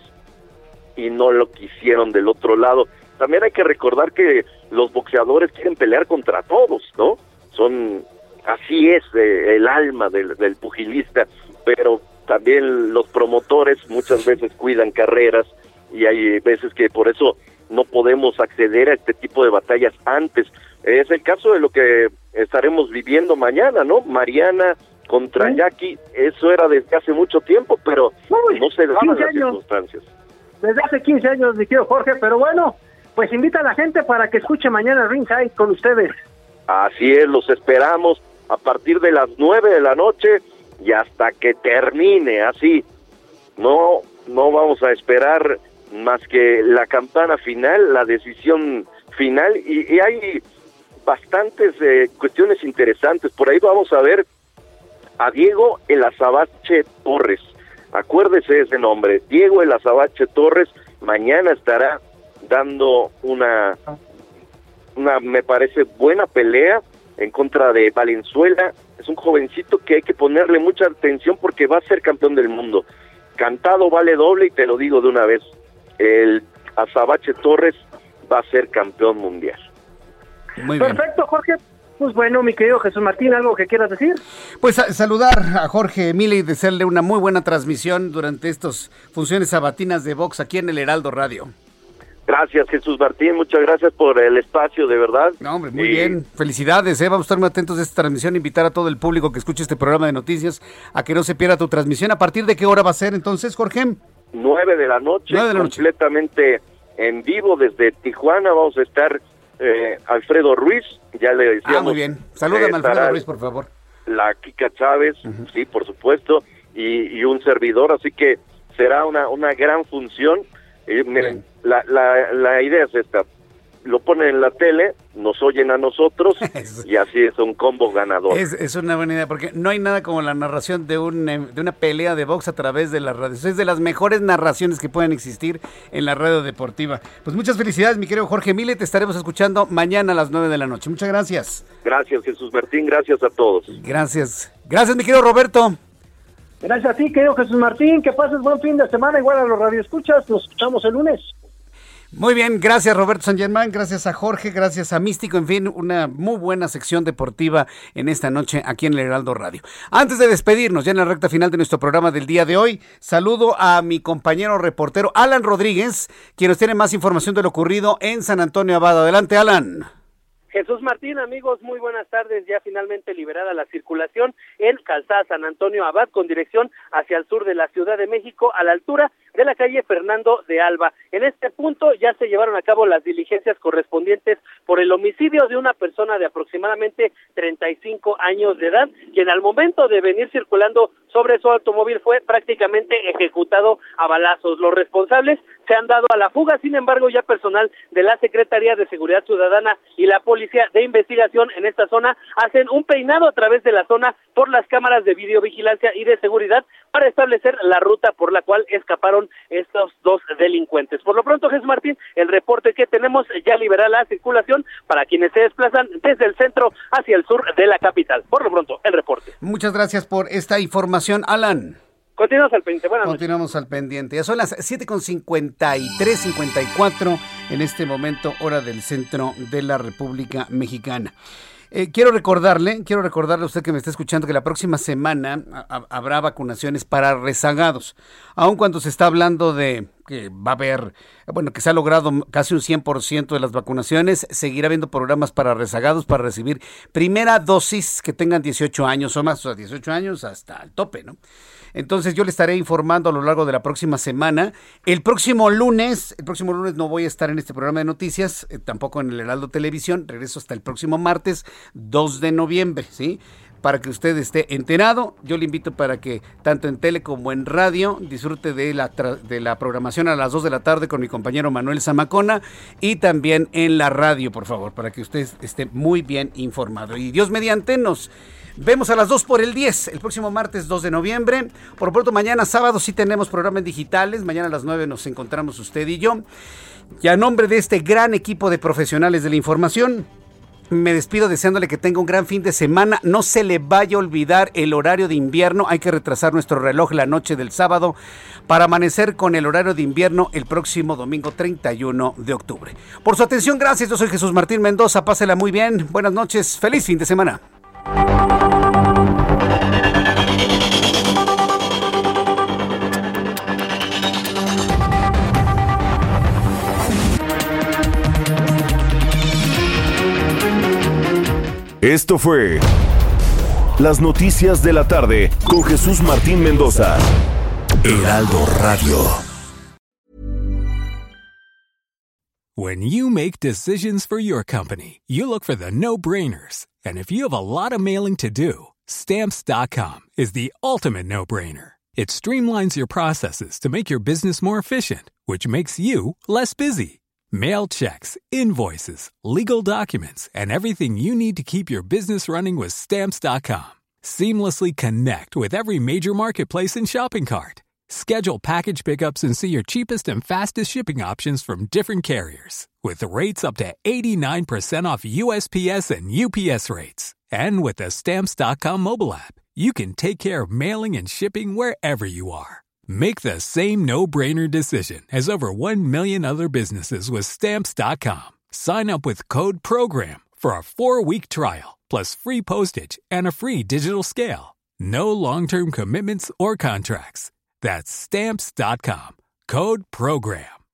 y no lo quisieron del otro lado. También hay que recordar que los boxeadores quieren pelear contra todos, ¿no? Son, así es eh, el alma del, del pugilista, pero también los promotores muchas veces cuidan carreras, y hay veces que por eso no podemos acceder a este tipo de batallas antes. Es el caso de lo que estaremos viviendo mañana, ¿no? Mariana contra ¿Eh? Jackie, eso era desde hace mucho tiempo, pero Uy, no se daban las circunstancias. Desde hace quince años, mi querido Jorge, pero bueno, pues invita a la gente para que escuche mañana Ringside con ustedes. Así es, los esperamos a partir de las nueve de la noche y hasta que termine, así. No, no vamos a esperar más que la campana final, la decisión final, y, y hay bastantes eh, cuestiones interesantes. Por ahí vamos a ver a Diego El Azabache Torres. Acuérdese ese nombre, Diego El Azabache Torres. Mañana estará dando una, una, me parece, buena pelea en contra de Valenzuela. Es un jovencito que hay que ponerle mucha atención porque va a ser campeón del mundo. Cantado vale doble, y te lo digo de una vez, el Azabache Torres va a ser campeón mundial. Muy bien. Perfecto, Jorge. Pues bueno, mi querido Jesús Martín, ¿algo que quieras decir? Pues a, saludar a Jorge Mille y desearle una muy buena transmisión durante estas funciones sabatinas de box aquí en el Heraldo Radio. Gracias, Jesús Martín, muchas gracias por el espacio, de verdad. No, hombre, muy y... bien, felicidades, ¿eh? Vamos a estar muy atentos de esta transmisión, invitar a todo el público que escuche este programa de noticias a que no se pierda tu transmisión. ¿A partir de qué hora va a ser entonces, Jorge? Nueve de la noche, Nueve de la noche. Completamente en vivo desde Tijuana. Vamos a estar eh, Alfredo Ruiz, ya le decíamos. Ah, muy bien, salúdame a Alfredo Ruiz, por favor. La Kika Chávez, uh-huh. Sí, por supuesto, y, y un servidor, así que será una, una gran función. Eh, miren, la, la, la idea es esta: lo ponen en la tele, nos oyen a nosotros y así es un combo ganador. Es, es una buena idea, porque no hay nada como la narración de, un, de una pelea de box a través de la radio. Es de las mejores narraciones que pueden existir en la radio deportiva. Pues muchas felicidades, mi querido Jorge Mille, te estaremos escuchando mañana a las nueve de la noche. Muchas gracias. Gracias, Jesús Martín, gracias a todos. Gracias. Gracias, mi querido Roberto. Gracias a ti, querido Jesús Martín, que pases buen fin de semana, igual a los radioescuchas, nos escuchamos el lunes. Muy bien, gracias Roberto San Germán, gracias a Jorge, gracias a Místico, en fin, una muy buena sección deportiva en esta noche aquí en el Heraldo Radio. Antes de despedirnos, ya en la recta final de nuestro programa del día de hoy, saludo a mi compañero reportero Alan Rodríguez, quien nos tiene más información de lo ocurrido en San Antonio Abad. Adelante, Alan. Jesús Martín, amigos, muy buenas tardes. Ya finalmente liberada la circulación en Calzada San Antonio Abad con dirección hacia el sur de la Ciudad de México a la altura de la calle Fernando de Alba. En este punto ya se llevaron a cabo las diligencias correspondientes por el homicidio de una persona de aproximadamente treinta y cinco años de edad, quien al momento de venir circulando sobre su automóvil fue prácticamente ejecutado a balazos. Los responsables se han dado a la fuga, sin embargo ya personal de la Secretaría de Seguridad Ciudadana y la Policía de Investigación en esta zona hacen un peinado a través de la zona por las cámaras de videovigilancia y de seguridad para establecer la ruta por la cual escaparon estos dos delincuentes. Por lo pronto, Jesús Martín, el reporte que tenemos ya libera la circulación para quienes se desplazan desde el centro hacia el sur de la capital. Por lo pronto, el reporte. Muchas gracias por esta información, Alan. Continuamos al pendiente. Buenas noches. Continuamos al pendiente. Ya son las siete con cincuenta y tres, cincuenta y cuatro en este momento, hora del centro de la República Mexicana. Eh, quiero recordarle, quiero recordarle a usted que me está escuchando que la próxima semana a, a, habrá vacunaciones para rezagados. Aun cuando se está hablando de que va a haber, bueno, que se ha logrado casi un cien por ciento de las vacunaciones, seguirá habiendo programas para rezagados para recibir primera dosis que tengan dieciocho años o más, o sea, dieciocho años hasta el tope, ¿no? Entonces yo le estaré informando a lo largo de la próxima semana. El próximo lunes, el próximo lunes no voy a estar en este programa de noticias, eh, tampoco en el Heraldo Televisión, regreso hasta el próximo martes, dos de noviembre, ¿sí? Para que usted esté enterado, yo le invito para que tanto en tele como en radio disfrute de la, tra- de la programación a las dos de la tarde con mi compañero Manuel Zamacona y también en la radio, por favor, para que usted esté muy bien informado. Y Dios mediante, nos vemos a las dos por el diez, el próximo martes dos de noviembre. Por lo pronto, mañana sábado sí tenemos programas digitales, mañana a las nueve nos encontramos usted y yo. Y a nombre de este gran equipo de profesionales de la información, me despido deseándole que tenga un gran fin de semana. No se le vaya a olvidar el horario de invierno. Hay que retrasar nuestro reloj la noche del sábado para amanecer con el horario de invierno el próximo domingo treinta y uno de octubre. Por su atención, gracias. Yo soy Jesús Martín Mendoza. Pásela muy bien. Buenas noches. Feliz fin de semana. Esto fue Las Noticias de la Tarde con Jesús Martín Mendoza. Heraldo Radio. When you make decisions for your company, you look for the no-brainers. And if you have a lot of mailing to do, Stamps dot com is the ultimate no-brainer. It streamlines your processes to make your business more efficient, which makes you less busy. Mail checks, invoices, legal documents, and everything you need to keep your business running with Stamps dot com. Seamlessly connect with every major marketplace and shopping cart. Schedule package pickups and see your cheapest and fastest shipping options from different carriers. With rates up to eighty-nine percent off U S P S and U P S rates. And with the Stamps dot com mobile app, you can take care of mailing and shipping wherever you are. Make the same no-brainer decision as over one million other businesses with Stamps dot com. Sign up with code PROGRAM for a four-week trial, plus free postage and a free digital scale. No long-term commitments or contracts. That's Stamps dot com. Code PROGRAM.